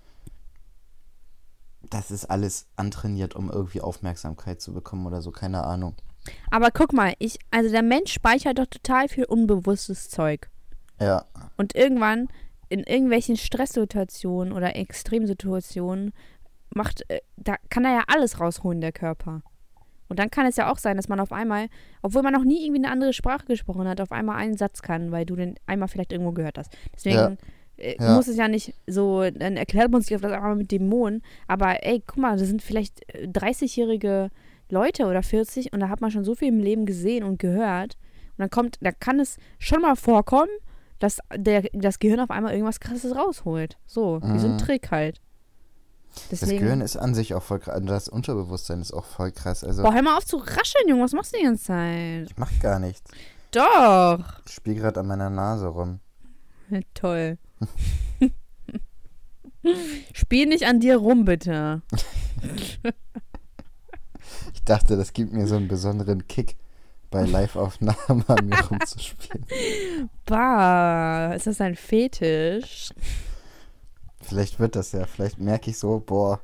das ist alles antrainiert, um irgendwie Aufmerksamkeit zu bekommen oder so, keine Ahnung. Aber guck mal, ich, also der Mensch speichert doch total viel unbewusstes Zeug. Ja, Und irgendwann in irgendwelchen Stresssituationen oder Extremsituationen macht, äh, da kann er ja alles rausholen, der Körper. Und dann kann es ja auch sein, dass man auf einmal, obwohl man noch nie irgendwie eine andere Sprache gesprochen hat, auf einmal einen Satz kann, weil du den einmal vielleicht irgendwo gehört hast. Deswegen Ja. äh, Ja. muss es ja nicht so, dann erklärt man sich auf das einmal mit Dämonen. Aber ey, guck mal, das sind vielleicht äh, dreißigjährige Leute oder vierzig und da hat man schon so viel im Leben gesehen und gehört. Und dann kommt, da kann es schon mal vorkommen, dass der, das Gehirn auf einmal irgendwas Krasses rausholt. So, wie so ein Mhm. Trick halt. das Deswegen, Gehirn ist an sich auch voll krass. Das Unterbewusstsein ist auch voll krass. Also, boah, hör mal auf zu rascheln, Junge, was machst du die ganze Zeit? ich mach gar nichts. Doch. Ich spiele gerade an meiner Nase rum. Ja, toll. Spiel nicht an dir rum, bitte. Ich dachte, das gibt mir so einen besonderen Kick, bei Live-Aufnahmen an mir rumzuspielen. Bah, ist das ein Fetisch? Vielleicht wird das ja. Vielleicht merke ich so, boah,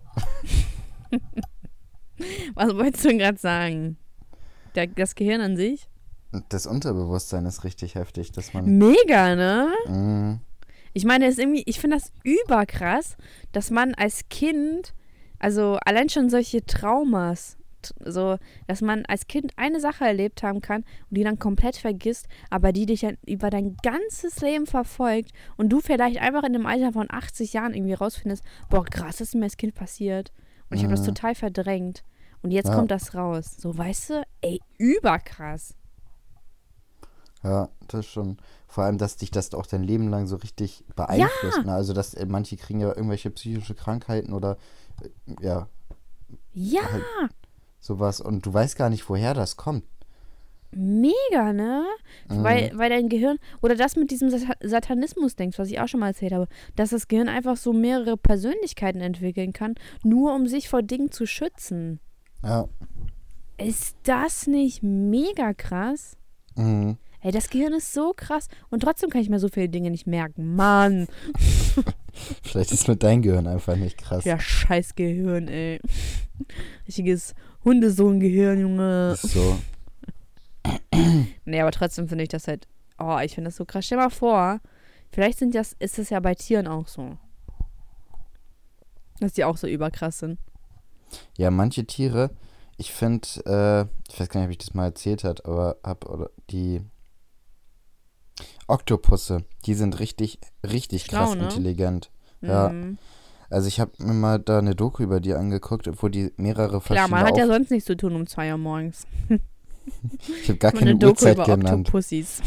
Was wolltest du denn gerade sagen? Der, das Gehirn an sich? das Unterbewusstsein ist richtig heftig, dass man. Mega, ne? Mm, Ich meine, es ist irgendwie, ich finde das überkrass, dass man als Kind, also allein schon solche Traumas, so, dass man als Kind eine Sache erlebt haben kann und die dann komplett vergisst, aber die dich dann über dein ganzes Leben verfolgt und du vielleicht einfach in dem Alter von achtzig Jahren irgendwie rausfindest, boah, krass, das ist mir als Kind passiert. Und ich habe das Mhm. total verdrängt. Und jetzt Ja. kommt das raus. So, weißt du, ey, überkrass. Ja, das schon. Vor allem, dass dich das auch dein Leben lang so richtig beeinflusst. Ne? Also, dass äh, manche kriegen ja irgendwelche psychische Krankheiten oder äh, ja, Ja, halt sowas. Und du weißt gar nicht, woher das kommt. mega, ne? Mhm. Weil, weil dein Gehirn, oder das mit diesem Sat- Satanismus denkst, was ich auch schon mal erzählt habe, dass das Gehirn einfach so mehrere Persönlichkeiten entwickeln kann, nur um sich vor Dingen zu schützen. Ja. Ist das nicht mega krass? Mhm. Ey, das Gehirn ist so krass und trotzdem kann ich mir so viele Dinge nicht merken. Mann, Vielleicht ist nur dein Gehirn einfach nicht krass. ja, scheiß Gehirn, ey. Richtiges Hundesohn-Gehirn, Junge. Ist so. Nee, aber trotzdem finde ich das halt, oh, ich finde das so krass. Stell mal vor, vielleicht sind das, ist es ja bei Tieren auch so. Dass die auch so überkrass sind. Ja, manche Tiere, ich finde, äh, ich weiß gar nicht, ob ich das mal erzählt hat, aber hab, oder die Oktopusse, die sind richtig, richtig Schlau, krass ne? intelligent. Ja. Mhm. Also ich habe mir mal da eine Doku über die angeguckt, wo die mehrere Klar, verschiedene man hat ja Auf- sonst nichts zu tun um zwei Uhr morgens. Ich habe gar Nur keine eine Doku Uhrzeit über genannt. Oktopussis.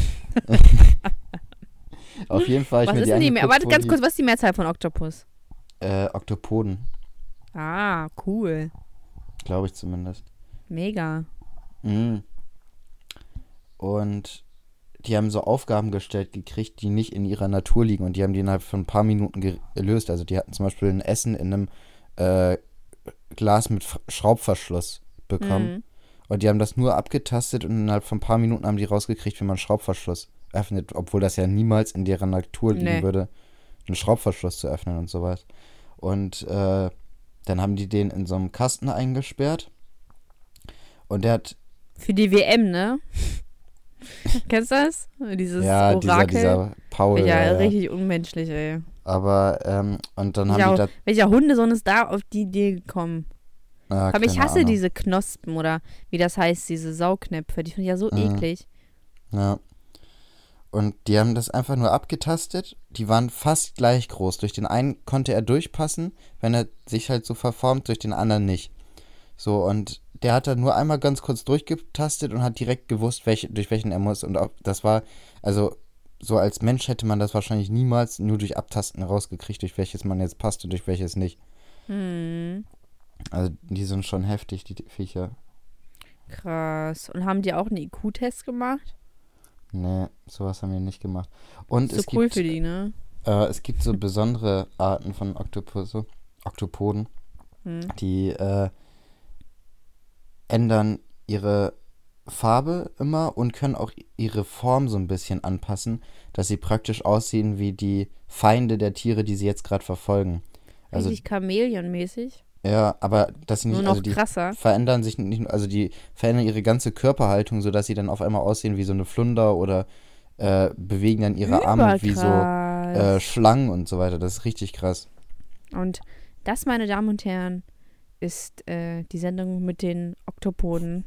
Auf jeden Fall habe Was ich mir ist die denn die Mehr? angeguckt, Warte wo ganz die, kurz, was ist die Mehrzahl von Oktopus? Äh, Oktopoden, Ah, cool. glaube ich zumindest. Mega. Mhm. Und die haben so Aufgaben gestellt gekriegt, die nicht in ihrer Natur liegen und die haben die innerhalb von ein paar Minuten ge- gelöst. Also die hatten zum Beispiel ein Essen in einem äh, Glas mit F- Schraubverschluss bekommen Mhm. und die haben das nur abgetastet und innerhalb von ein paar Minuten haben die rausgekriegt, wie man Schraubverschluss öffnet, obwohl das ja niemals in deren Natur liegen Nee. würde, einen Schraubverschluss zu öffnen und sowas. Und äh, dann haben die den in so einem Kasten eingesperrt und der hat, Für die W M, ne? Kennst du das? Dieses ja, dieser, Orakel. dieser Paul, ja, ja, ja. richtig unmenschlich, ey. Aber, ähm, und dann Welcher, haben die da, welcher Hundesohn ist da auf die Idee gekommen? ah, Aber ich keine hasse Ahnung. diese Knospen oder wie das heißt, diese Saugnäpfe. Die finde ich ja so Mhm. eklig. Ja. Und die haben das einfach nur abgetastet. Die waren fast gleich groß. Durch den einen konnte er durchpassen, wenn er sich halt so verformt, durch den anderen nicht. So, und der hat dann nur einmal ganz kurz durchgetastet und hat direkt gewusst, welche, durch welchen er muss. Und auch, das war, also so als Mensch hätte man das wahrscheinlich niemals nur durch Abtasten rausgekriegt, durch welches man jetzt passt und durch welches nicht. Hm, Also die sind schon heftig, die Viecher. krass. Und haben die auch einen I Q-Test gemacht? Nee, sowas haben wir nicht gemacht. Und Ist so es cool gibt für die, ne? Äh, es gibt so besondere Arten von Oktopusse, Oktopoden, Hm. die äh, ändern ihre Farbe immer und können auch ihre Form so ein bisschen anpassen, dass sie praktisch aussehen wie die Feinde der Tiere, die sie jetzt gerade verfolgen. Also, Richtig Chamäleon-mäßig. ja, aber dass sie Nur nicht, noch also die krasser. verändern sich nicht, also die verändern ihre ganze Körperhaltung, sodass sie dann auf einmal aussehen wie so eine Flunder oder äh, bewegen dann ihre Arme wie so äh, Überkrass. Schlangen und so weiter. Das ist richtig krass. Und das, meine Damen und Herren, ist äh, die Sendung mit den Oktopoden.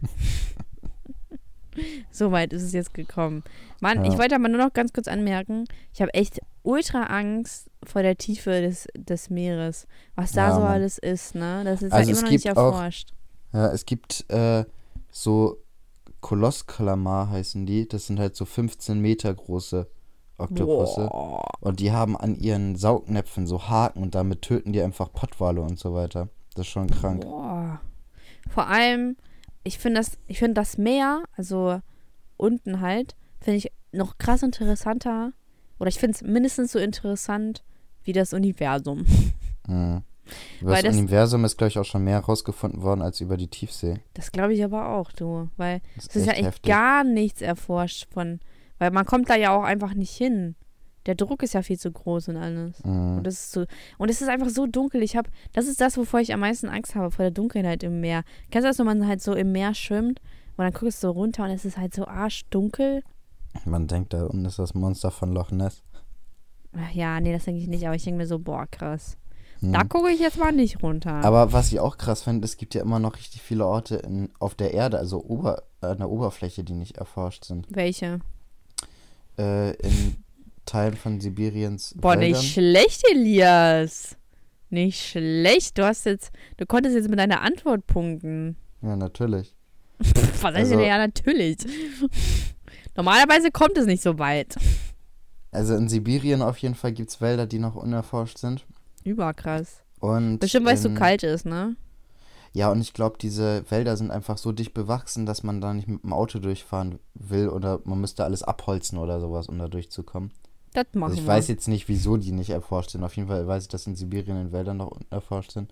So weit ist es jetzt gekommen. Mann, Ja. ich wollte aber nur noch ganz kurz anmerken, ich habe echt ultra Angst vor der Tiefe des, des Meeres. Was da Ja, so Mann. alles ist, ne? Das ist Also halt es immer noch nicht gibt auch- erforscht. Ja, es gibt äh, so Kolosklamar heißen die. Das sind halt so fünfzehn Meter große Oktopusse. Boah. Und die haben an ihren Saugnäpfen so Haken und damit töten die einfach Pottwale und so weiter. Das ist schon krank. Boah. Vor allem, ich finde das, ich finde das Meer, also unten halt, finde ich noch krass interessanter. Oder ich finde es mindestens so interessant wie das Universum. Mhm. Über Weil das das- Universum ist, glaube ich, auch schon mehr herausgefunden worden als über die Tiefsee. Das glaube ich aber auch, du. Weil Das es ist ja echt heftig. gar nichts erforscht von. Weil man kommt da ja auch einfach nicht hin. Der Druck ist ja viel zu groß und alles. Mhm. Und das ist so. Und es ist einfach so dunkel. Ich habe. Das ist das, wovor ich am meisten Angst habe, vor der Dunkelheit im Meer. Kennst du das, wenn man halt so im Meer schwimmt und dann guckst du so runter und es ist halt so arschdunkel? Man denkt, da unten ist das Monster von Loch Ness. Ach ja, nee, das denke ich nicht, aber ich denke mir so, boah, krass. Hm. Da gucke ich jetzt mal nicht runter. Aber was ich auch krass finde, es gibt ja immer noch richtig viele Orte in, auf der Erde, also Ober, an der Oberfläche, die nicht erforscht sind. Welche? Äh, in Teilen von Sibiriens Boah, Wäldern. nicht schlecht, Elias. Nicht schlecht. Du hast jetzt, du konntest jetzt mit deiner Antwort punkten. Ja, natürlich. Pff, was heißt Also- denn? Ja, natürlich. Normalerweise kommt es nicht so weit. Also in Sibirien auf jeden Fall gibt es Wälder, die noch unerforscht sind. Überkrass. Und Bestimmt, weil es so in- kalt ist, ne? Ja, und ich glaube, diese Wälder sind einfach so dicht bewachsen, dass man da nicht mit dem Auto durchfahren will oder man müsste alles abholzen oder sowas, um da durchzukommen. Das machen Also ich wir. weiß jetzt nicht, wieso die nicht erforscht sind. Auf jeden Fall weiß ich, dass in Sibirien in Wäldern noch unerforscht sind.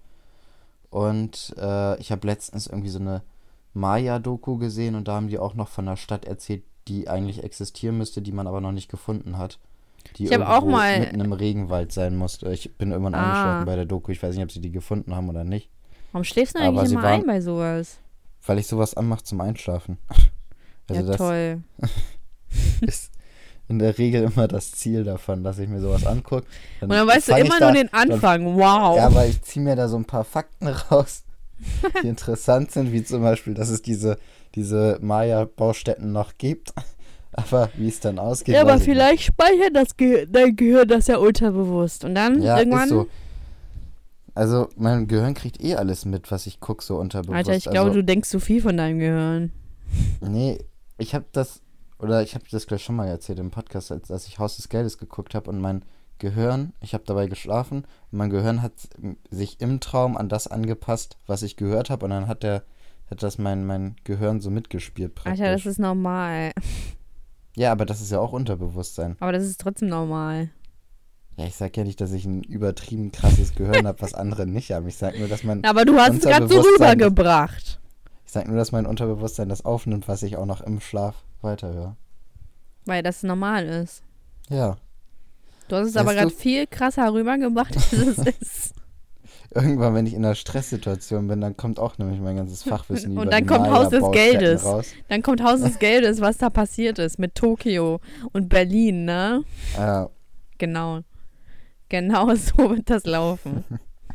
Und äh, ich habe letztens irgendwie so eine Maya-Doku gesehen und da haben die auch noch von einer Stadt erzählt, die eigentlich existieren müsste, die man aber noch nicht gefunden hat. Die Ich hab auch irgendwo mal- mitten im Regenwald sein musste. Ich bin irgendwann Ah. eingeschlafen bei der Doku. Ich weiß nicht, ob sie die gefunden haben oder nicht. Warum schläfst du Aber eigentlich sie immer waren- ein bei sowas? Weil ich sowas anmache zum Einschlafen. Also ja, das toll. ist in der Regel immer das Ziel davon, dass ich mir sowas angucke. Und dann weißt du fang ich immer da, nur den Anfang. Wow. Ja, aber ich ziehe mir da so ein paar Fakten raus, die interessant sind, wie zum Beispiel, dass es diese, diese Maya-Baustätten noch gibt. Aber wie es dann ausgeht, Ja, aber weiß ich nicht. vielleicht speichert das Ge dein Gehirn das ja unterbewusst. Und dann Ja, irgendwann. ist so. Also mein Gehirn kriegt eh alles mit, was ich gucke, so unterbewusst. Alter, ich glaube, also, du denkst zu viel von deinem Gehirn. Nee, ich habe das, oder ich habe das gleich schon mal erzählt im Podcast, als, als ich Haus des Geldes geguckt habe und mein Gehirn, ich habe dabei geschlafen und mein Gehirn hat sich im Traum an das angepasst, was ich gehört habe und dann hat der, hat das mein, mein Gehirn so mitgespielt praktisch. Alter, das ist normal. Ja, aber das ist ja auch Unterbewusstsein. Aber das ist trotzdem normal. Ja, ich sag ja nicht, dass ich ein übertrieben krasses Gehirn habe, was andere nicht haben. Ich sag nur, dass mein Aber du hast es gerade so Unterbewusstsein- rübergebracht. Ich sag nur, dass mein Unterbewusstsein das aufnimmt, was ich auch noch im Schlaf weiterhöre. Weil das normal ist. Ja. Du hast es Weißt aber gerade du- viel krasser rübergebracht, als es ist. Irgendwann, wenn ich in einer Stresssituation bin, dann kommt auch nämlich mein ganzes Fachwissen Und über dann die kommt Haus des Maya-Baustätten Geldes. raus. Dann kommt Haus des Geldes, was da passiert ist mit Tokio und Berlin, ne? Ja, Genau. Genau so wird das laufen.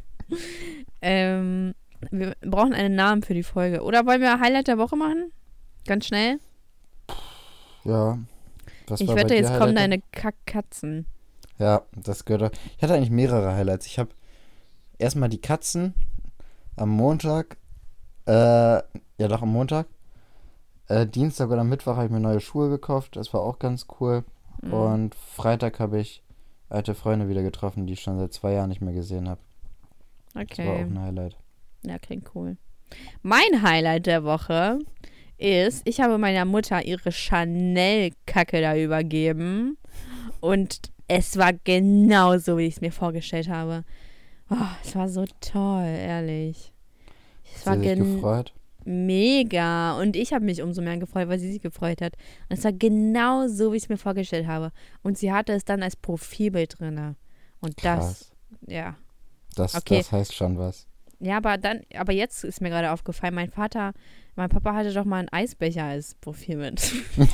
ähm, wir brauchen einen Namen für die Folge. Oder wollen wir Highlight der Woche machen? Ganz schnell. ja. Was Ich war bei wette, dir jetzt kommen Highlight? deine Kackkatzen. Ja, das gehört auch. Ich hatte eigentlich mehrere Highlights. Ich habe erstmal die Katzen am Montag, äh, ja doch am Montag, äh, Dienstag oder Mittwoch habe ich mir neue Schuhe gekauft. Das war auch ganz cool. Mhm. Und Freitag habe ich alte Freunde wieder getroffen, die ich schon seit zwei Jahren nicht mehr gesehen habe. Das war auch Okay. ein Highlight. Ja, klingt cool. Mein Highlight der Woche ist, ich habe meiner Mutter ihre Chanel-Kacke da übergeben. Und es war genau so, wie ich es mir vorgestellt habe. Oh, es war so toll, ehrlich. Es war Hast du dich gen gefreut? mega. Und ich habe mich umso mehr gefreut, weil sie sich gefreut hat. Und es war genau so, wie ich es mir vorgestellt habe. Und sie hatte es dann als Profilbild drin. Und das, Krass. ja. Das, Okay. das heißt schon was. Ja, aber dann, aber jetzt ist mir gerade aufgefallen, mein Vater, mein Papa hatte doch mal einen Eisbecher als Profilbild.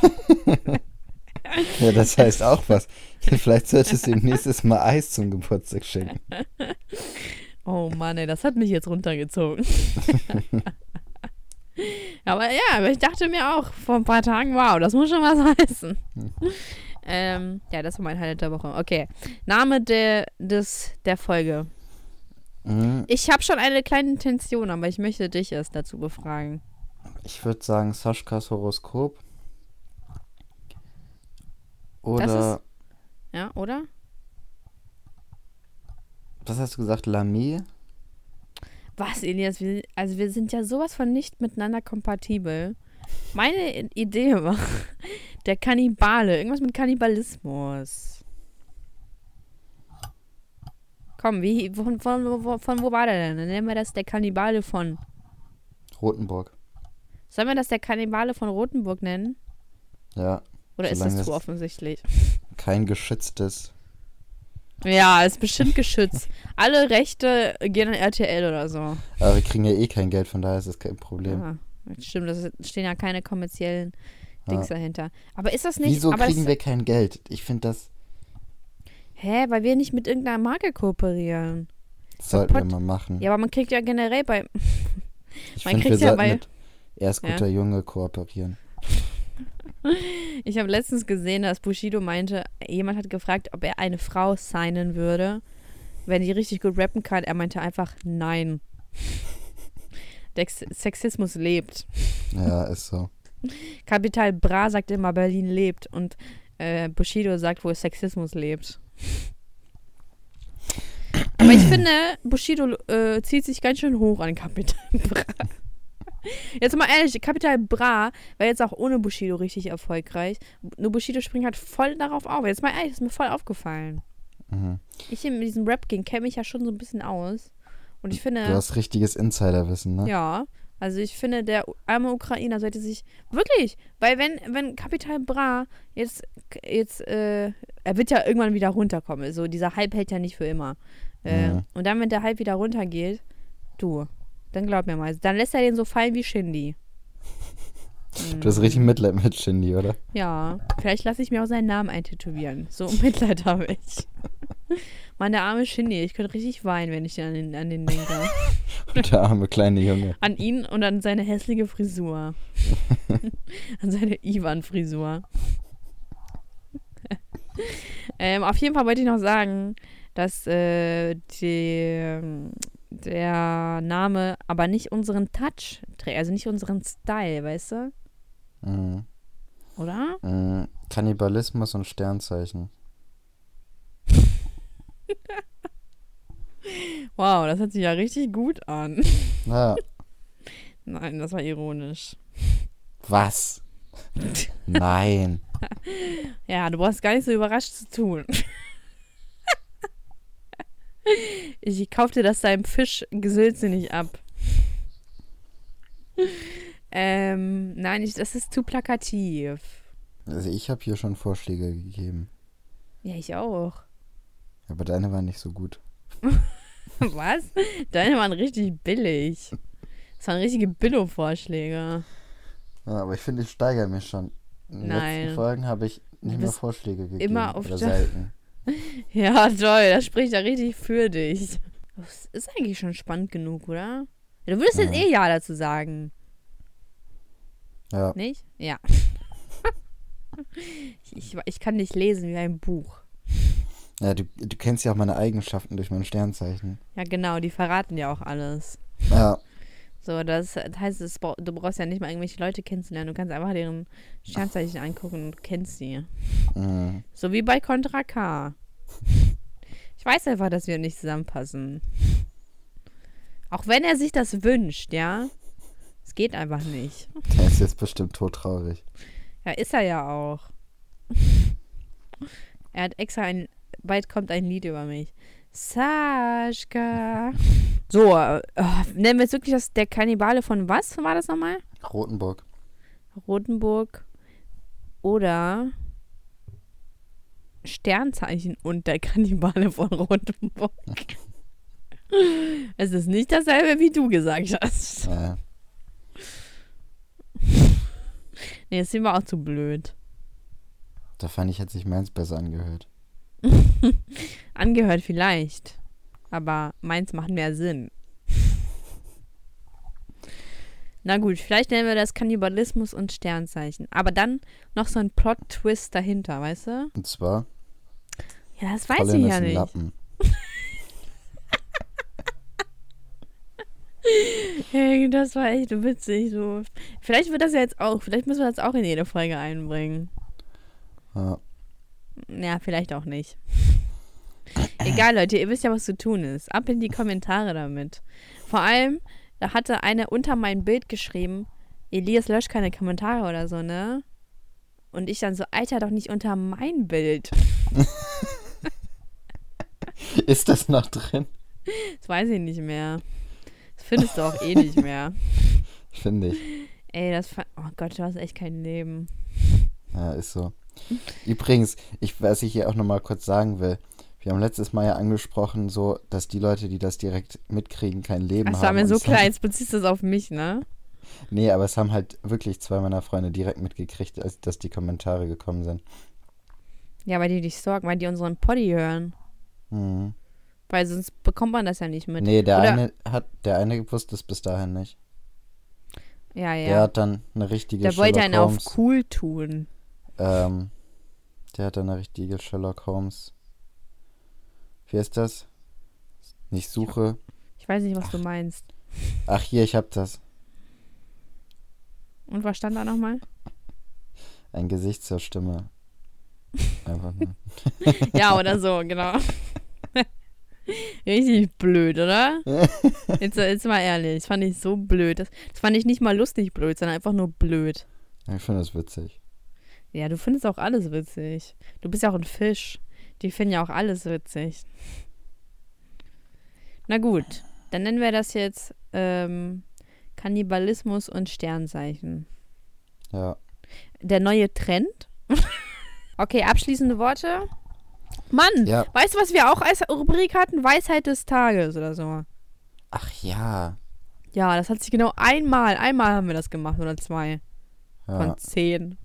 Ja, das heißt auch was. Vielleicht solltest du ihm nächstes Mal Eis zum Geburtstag schenken. Oh Mann, ey, das hat mich jetzt runtergezogen. Aber ja, aber ich dachte mir auch vor ein paar Tagen, wow, das muss schon was heißen. ähm, ja, das war mein Highlight der Woche. Okay, Name der, des, der Folge. Mhm. Ich habe schon eine kleine Intention, aber ich möchte dich erst dazu befragen. Ich würde sagen Saschkas Horoskop. Das Oder, Ja, oder? was hast du gesagt, Lamy? Was, Elias? Wir, also wir sind ja sowas von nicht miteinander kompatibel. Meine I- Idee war der Kannibale. Irgendwas mit Kannibalismus. Komm, wie, von, von, von, von wo war der denn? Dann nennen wir das der Kannibale von. Rotenburg. Sollen wir das der Kannibale von Rotenburg nennen? Ja, Oder ist Solange das zu es- offensichtlich? kein geschütztes. Ja, ist bestimmt geschützt. Alle Rechte gehen an R T L oder so. Aber wir kriegen ja eh kein Geld, von daher ist das kein Problem. Ah, stimmt, da stehen ja keine kommerziellen Dings Ja. dahinter. Aber ist das nicht... Wieso aber kriegen das, wir kein Geld? Ich finde das, Hä, weil wir nicht mit irgendeiner Marke kooperieren. Das sollten Pod- wir mal machen. Ja, aber man kriegt ja generell bei... Ich man finde, wir kriegt ja sollten bei... mit Erst guter Junge kooperieren. Ich habe letztens gesehen, dass Bushido meinte, jemand hat gefragt, ob er eine Frau signen würde, wenn die richtig gut rappen kann. Er meinte einfach nein. Der Ex- Sexismus lebt. Ja, ist so. Capital Bra sagt immer, Berlin lebt. Und äh, Bushido sagt, wo Sexismus lebt. Aber ich finde, Bushido äh, zieht sich ganz schön hoch an Capital Bra. Jetzt mal ehrlich, Capital Bra war jetzt auch ohne Bushido richtig erfolgreich. Nur Bushido springt halt voll darauf auf. Jetzt mal ehrlich, das ist mir voll aufgefallen. Mhm. Ich in diesem Rap-Game kenne mich ja schon so ein bisschen aus. Und ich finde... Du hast richtiges Insiderwissen, ne? Ja, also ich finde, der arme Ukrainer sollte sich... Wirklich, weil wenn, wenn Capital Bra jetzt... jetzt äh, er wird ja irgendwann wieder runterkommen. So, dieser Hype hält ja nicht für immer. Äh, Mhm. Und dann, wenn der Hype wieder runtergeht, du... Dann glaub mir mal. Dann lässt er den so fallen wie Shindy. Du hast richtig Mitleid mit Shindy, oder? Ja, vielleicht lasse ich mir auch seinen Namen eintätowieren. So Mitleid habe ich. Mann, der arme Shindy. Ich könnte richtig weinen, wenn ich an den, an den denke. Und der arme kleine Junge. An ihn und an seine hässliche Frisur. An seine Ivan-Frisur. ähm, auf jeden Fall wollte ich noch sagen, dass äh, die... der Name aber nicht unseren Touch trägt, also nicht unseren Style, weißt du? Mhm. Oder? Mhm. Kannibalismus und Sternzeichen. Wow, das hört sich ja richtig gut an. Ja. Nein, das war ironisch. Was? Nein. Ja, du brauchst gar nicht so überrascht zu tun. Ich kauf dir das deinem Fischgesülze nicht ab. ähm, nein, ich, das ist zu plakativ. Also ich habe hier schon Vorschläge gegeben. Ja, ich auch. Aber deine waren nicht so gut. Was? Deine waren richtig billig. Das waren richtige Billo-Vorschläge. Ja, aber ich finde, ich steigere mich schon. In den Nein. letzten Folgen habe ich nicht Du mehr bist Vorschläge gegeben. immer auf oder der- selten. Ja, toll. Das spricht ja richtig für dich. Das ist eigentlich schon spannend genug, oder? Du würdest jetzt Ja. eh Ja dazu sagen. Ja. Nicht? Ja. ich, ich, ich kann dich lesen wie ein Buch. Ja, du, du kennst ja auch meine Eigenschaften durch mein Sternzeichen. Ja, genau. Die verraten ja auch alles. Ja. So, das heißt, es, bra- du brauchst ja nicht mal irgendwelche Leute kennenzulernen. Du kannst einfach deren Sternzeichen angucken und du kennst sie. Mhm. So wie bei Contra K. Ich weiß einfach, dass wir nicht zusammenpassen. Auch wenn er sich das wünscht, ja. Es geht einfach nicht. Der ist jetzt bestimmt todtraurig. Ja, ist er ja auch. Er hat extra ein, bald kommt ein Lied über mich. Saschka. So, äh, nennen wir jetzt wirklich das, der Kannibale von was war das nochmal? Rotenburg. Rotenburg oder Sternzeichen und der Kannibale von Rotenburg. Es ist nicht dasselbe, wie du gesagt hast. Ja. Nee, das sind wir auch zu blöd. Da fand ich, hat sich meins besser angehört. Angehört vielleicht, aber meins macht mehr Sinn. Na gut, vielleicht nennen wir das Kannibalismus und Sternzeichen. Aber dann noch so ein Plot-Twist dahinter, weißt du? Und zwar, Ja, das weiß Colin ich ist ja ein nicht. Lappen. Hey, das war echt witzig. So. Vielleicht wird das ja jetzt auch, vielleicht müssen wir das auch in jede Folge einbringen. Ja. Ja, vielleicht auch nicht. Egal, Leute, ihr wisst ja, was zu tun ist. Ab in die Kommentare damit. Vor allem, da hatte eine unter mein Bild geschrieben, Elias löscht keine Kommentare oder so, ne? Und ich dann so, Alter, doch nicht unter mein Bild. Ist das noch drin? Das weiß ich nicht mehr. Das findest du auch eh nicht mehr. Finde ich. Ey, das fa- oh Gott, du hast echt kein Leben. Ja, ist so. Übrigens, ich, was ich hier auch nochmal kurz sagen will, wir haben letztes Mal ja angesprochen, so, dass die Leute, die das direkt mitkriegen, kein Leben Das haben. war mir und so es klar, haben- jetzt beziehst du es auf mich, ne? Nee, aber es haben halt wirklich zwei meiner Freunde direkt mitgekriegt, als dass die Kommentare gekommen sind. Ja, weil die dich stalken, weil die unseren Poddy hören. Mhm. Weil sonst bekommt man das ja nicht mit. Nee, der Oder, eine hat, der eine wusste es bis dahin nicht. ja, ja. Der hat dann eine richtige Der wollte Sherlock einen auf Holmes. cool tun. Ähm, der hat dann eine richtige Sherlock Holmes. Wie ist das? Nicht Suche. Ich weiß nicht, was du meinst. Ach, hier, ich hab das. Und was stand da nochmal? Ein Gesicht zur Stimme. Einfach nur. Ja, oder so, genau. Richtig blöd, oder? Jetzt, jetzt mal ehrlich, das fand ich so blöd. Das, das fand ich nicht mal lustig blöd, sondern einfach nur blöd. Ich finde das witzig. Ja, du findest auch alles witzig. Du bist ja auch ein Fisch. Die finden ja auch alles witzig. Na gut, dann nennen wir das jetzt ähm, Kannibalismus und Sternzeichen. Ja. Der neue Trend. Okay, abschließende Worte. Mann, Ja. weißt du, was wir auch als Rubrik hatten? Weisheit des Tages oder so. Ach ja. Ja, das hat sich genau einmal, einmal haben wir das gemacht oder zwei ja. von zehn.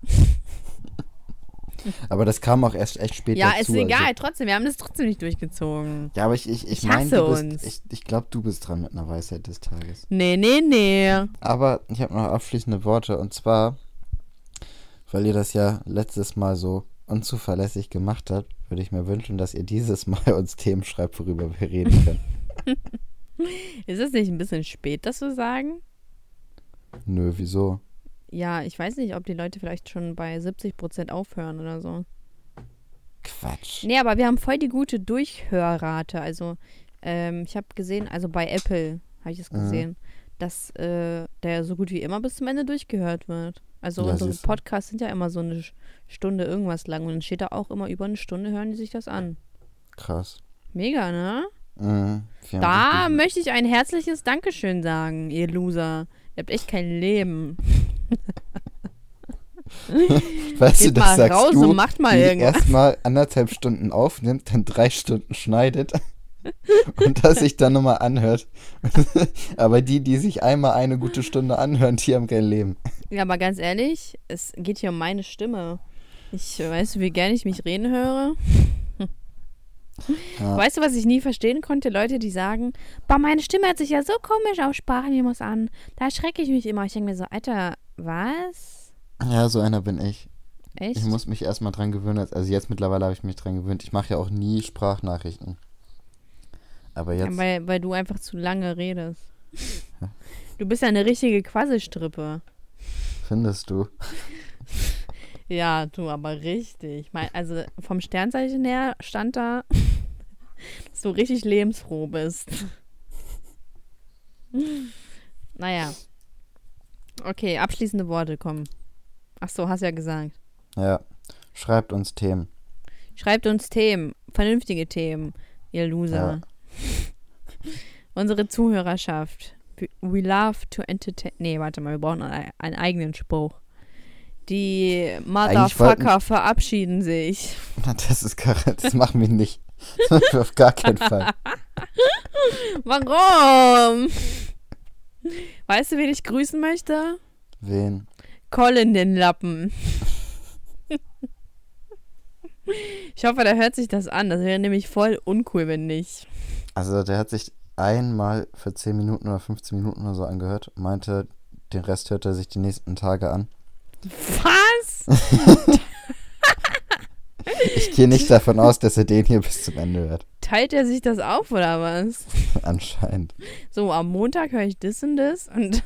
Aber das kam auch erst echt spät Ja, dazu. ist egal, Also. trotzdem, wir haben das trotzdem nicht durchgezogen. Ja, aber ich, ich, ich Ich meine, hasse du bist, uns. ich, ich glaube, du bist dran mit einer Weisheit des Tages. Nee, nee, nee. Aber ich habe noch abschließende Worte und zwar, weil ihr das ja letztes Mal so unzuverlässig gemacht habt, würde ich mir wünschen, dass ihr dieses Mal uns Themen schreibt, worüber wir reden können. Ist es nicht ein bisschen spät, das zu sagen? Nö, wieso? Ja, ich weiß nicht, ob die Leute vielleicht schon bei siebzig Prozent aufhören oder so. Quatsch. Nee, aber wir haben voll die gute Durchhörrate. Also, ähm, ich habe gesehen, also bei Apple habe ich es gesehen, mhm. dass äh, der so gut wie immer bis zum Ende durchgehört wird. Also Ja, unsere siehst du. Podcasts sind ja immer so eine Stunde irgendwas lang und dann steht da auch immer über eine Stunde, hören die sich das an. Krass. Mega, ne? Mhm. Wir haben Da richtig- möchte ich ein herzliches Dankeschön sagen, ihr Loser. Ihr habt echt kein Leben. Weißt du, Geht das mal sagst raus du, und macht mal die irgendwas. erstmal anderthalb Stunden aufnimmt, dann drei Stunden schneidet und das sich dann nochmal anhört. Aber die, die sich einmal eine gute Stunde anhören, die haben kein Leben. Ja, aber ganz ehrlich, es geht hier um meine Stimme. Ich weiß, wie gerne ich mich reden höre. Ja. Weißt du, was ich nie verstehen konnte? Leute, die sagen, boah, meine Stimme hört sich ja so komisch auf Sprachmemos an. Da erschrecke ich mich immer. Ich denke mir so, Alter, was? Ja, so einer bin ich. Echt? Ich muss mich erstmal dran gewöhnen. Also jetzt mittlerweile habe ich mich dran gewöhnt. Ich mache ja auch nie Sprachnachrichten. Aber jetzt... Ja, weil, weil du einfach zu lange redest. Du bist ja eine richtige Quasselstrippe. Findest du? Ja, du, aber richtig. Mein, also vom Sternzeichen her stand da, dass du richtig lebensfroh bist. Naja. Okay, abschließende Worte, komm. Ach so, hast ja gesagt. Ja. Schreibt uns Themen. Schreibt uns Themen, vernünftige Themen, ihr Loser. Ja. Unsere Zuhörerschaft. We love to entertain. Nee, warte mal, wir brauchen einen, einen eigenen Spruch. Die Motherfucker wollten- verabschieden sich. Das ist gar, das machen wir nicht. Das machen wir auf gar keinen Fall. Warum? Weißt du, wen ich grüßen möchte? Wen? Colin den Lappen. Ich hoffe, der hört sich das an. Das wäre nämlich voll uncool, wenn nicht. Also der hat sich einmal für zehn Minuten oder fünfzehn Minuten oder so angehört und meinte, den Rest hört er sich die nächsten Tage an. Was? Ich gehe nicht davon aus, dass er den hier bis zum Ende hört. Teilt er sich das auf oder was? Anscheinend. So, am Montag höre ich das und das und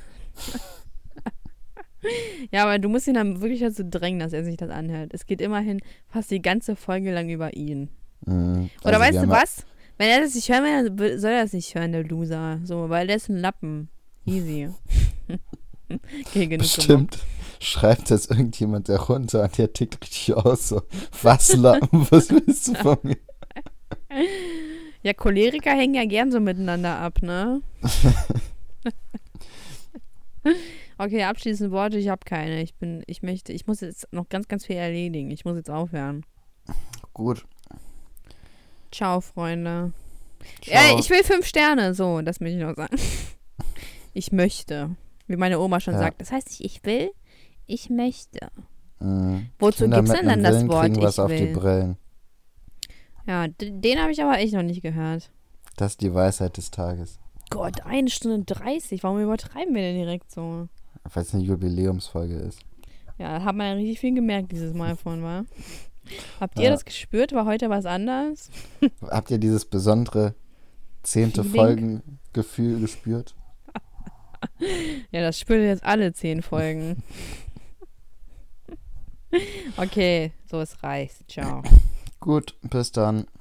ja, aber du musst ihn dann wirklich dazu drängen, dass er sich das anhört. Es geht immerhin fast die ganze Folge lang über ihn. Mhm. Oder Also weißt wir du haben ja- was? Wenn er das nicht hören will, dann will- soll er das nicht hören, der Loser. So, weil der ist ein Lappen. Easy. Okay, genug Bestimmt schreibt das irgendjemand da runter und der tickt richtig aus. So, was Lappen, was willst du von mir? gemacht. Ja, Choleriker hängen ja gern so miteinander ab, ne? Okay, abschließende Worte, ich habe keine. Ich bin, ich möchte, ich muss jetzt noch ganz, ganz viel erledigen. Ich muss jetzt aufhören. Gut. Ciao, Freunde. Ciao. Ja, ich will fünf Sterne. So, das möchte ich noch sagen. Ich möchte. Wie meine Oma schon Ja. sagt. Das heißt nicht, ich will, ich möchte. Mhm. Wozu Kinder gibt's mit denn dann einem das Willen Wort, kriegen was ich auf die will? Brillen. Ja, d- den habe ich aber echt noch nicht gehört. Das ist die Weisheit des Tages. Gott, eine Stunde dreißig. Warum übertreiben wir denn direkt so? Weil es eine Jubiläumsfolge ist. Ja, da hat man ja richtig viel gemerkt dieses Mal von, wa? Habt ihr Ja. das gespürt? War heute was anders? Habt ihr dieses besondere zehnte Feeling? Folgengefühl gespürt? Ja, das spürt ihr jetzt alle zehn Folgen. Okay, so es reicht. Ciao. Gut, bis dann.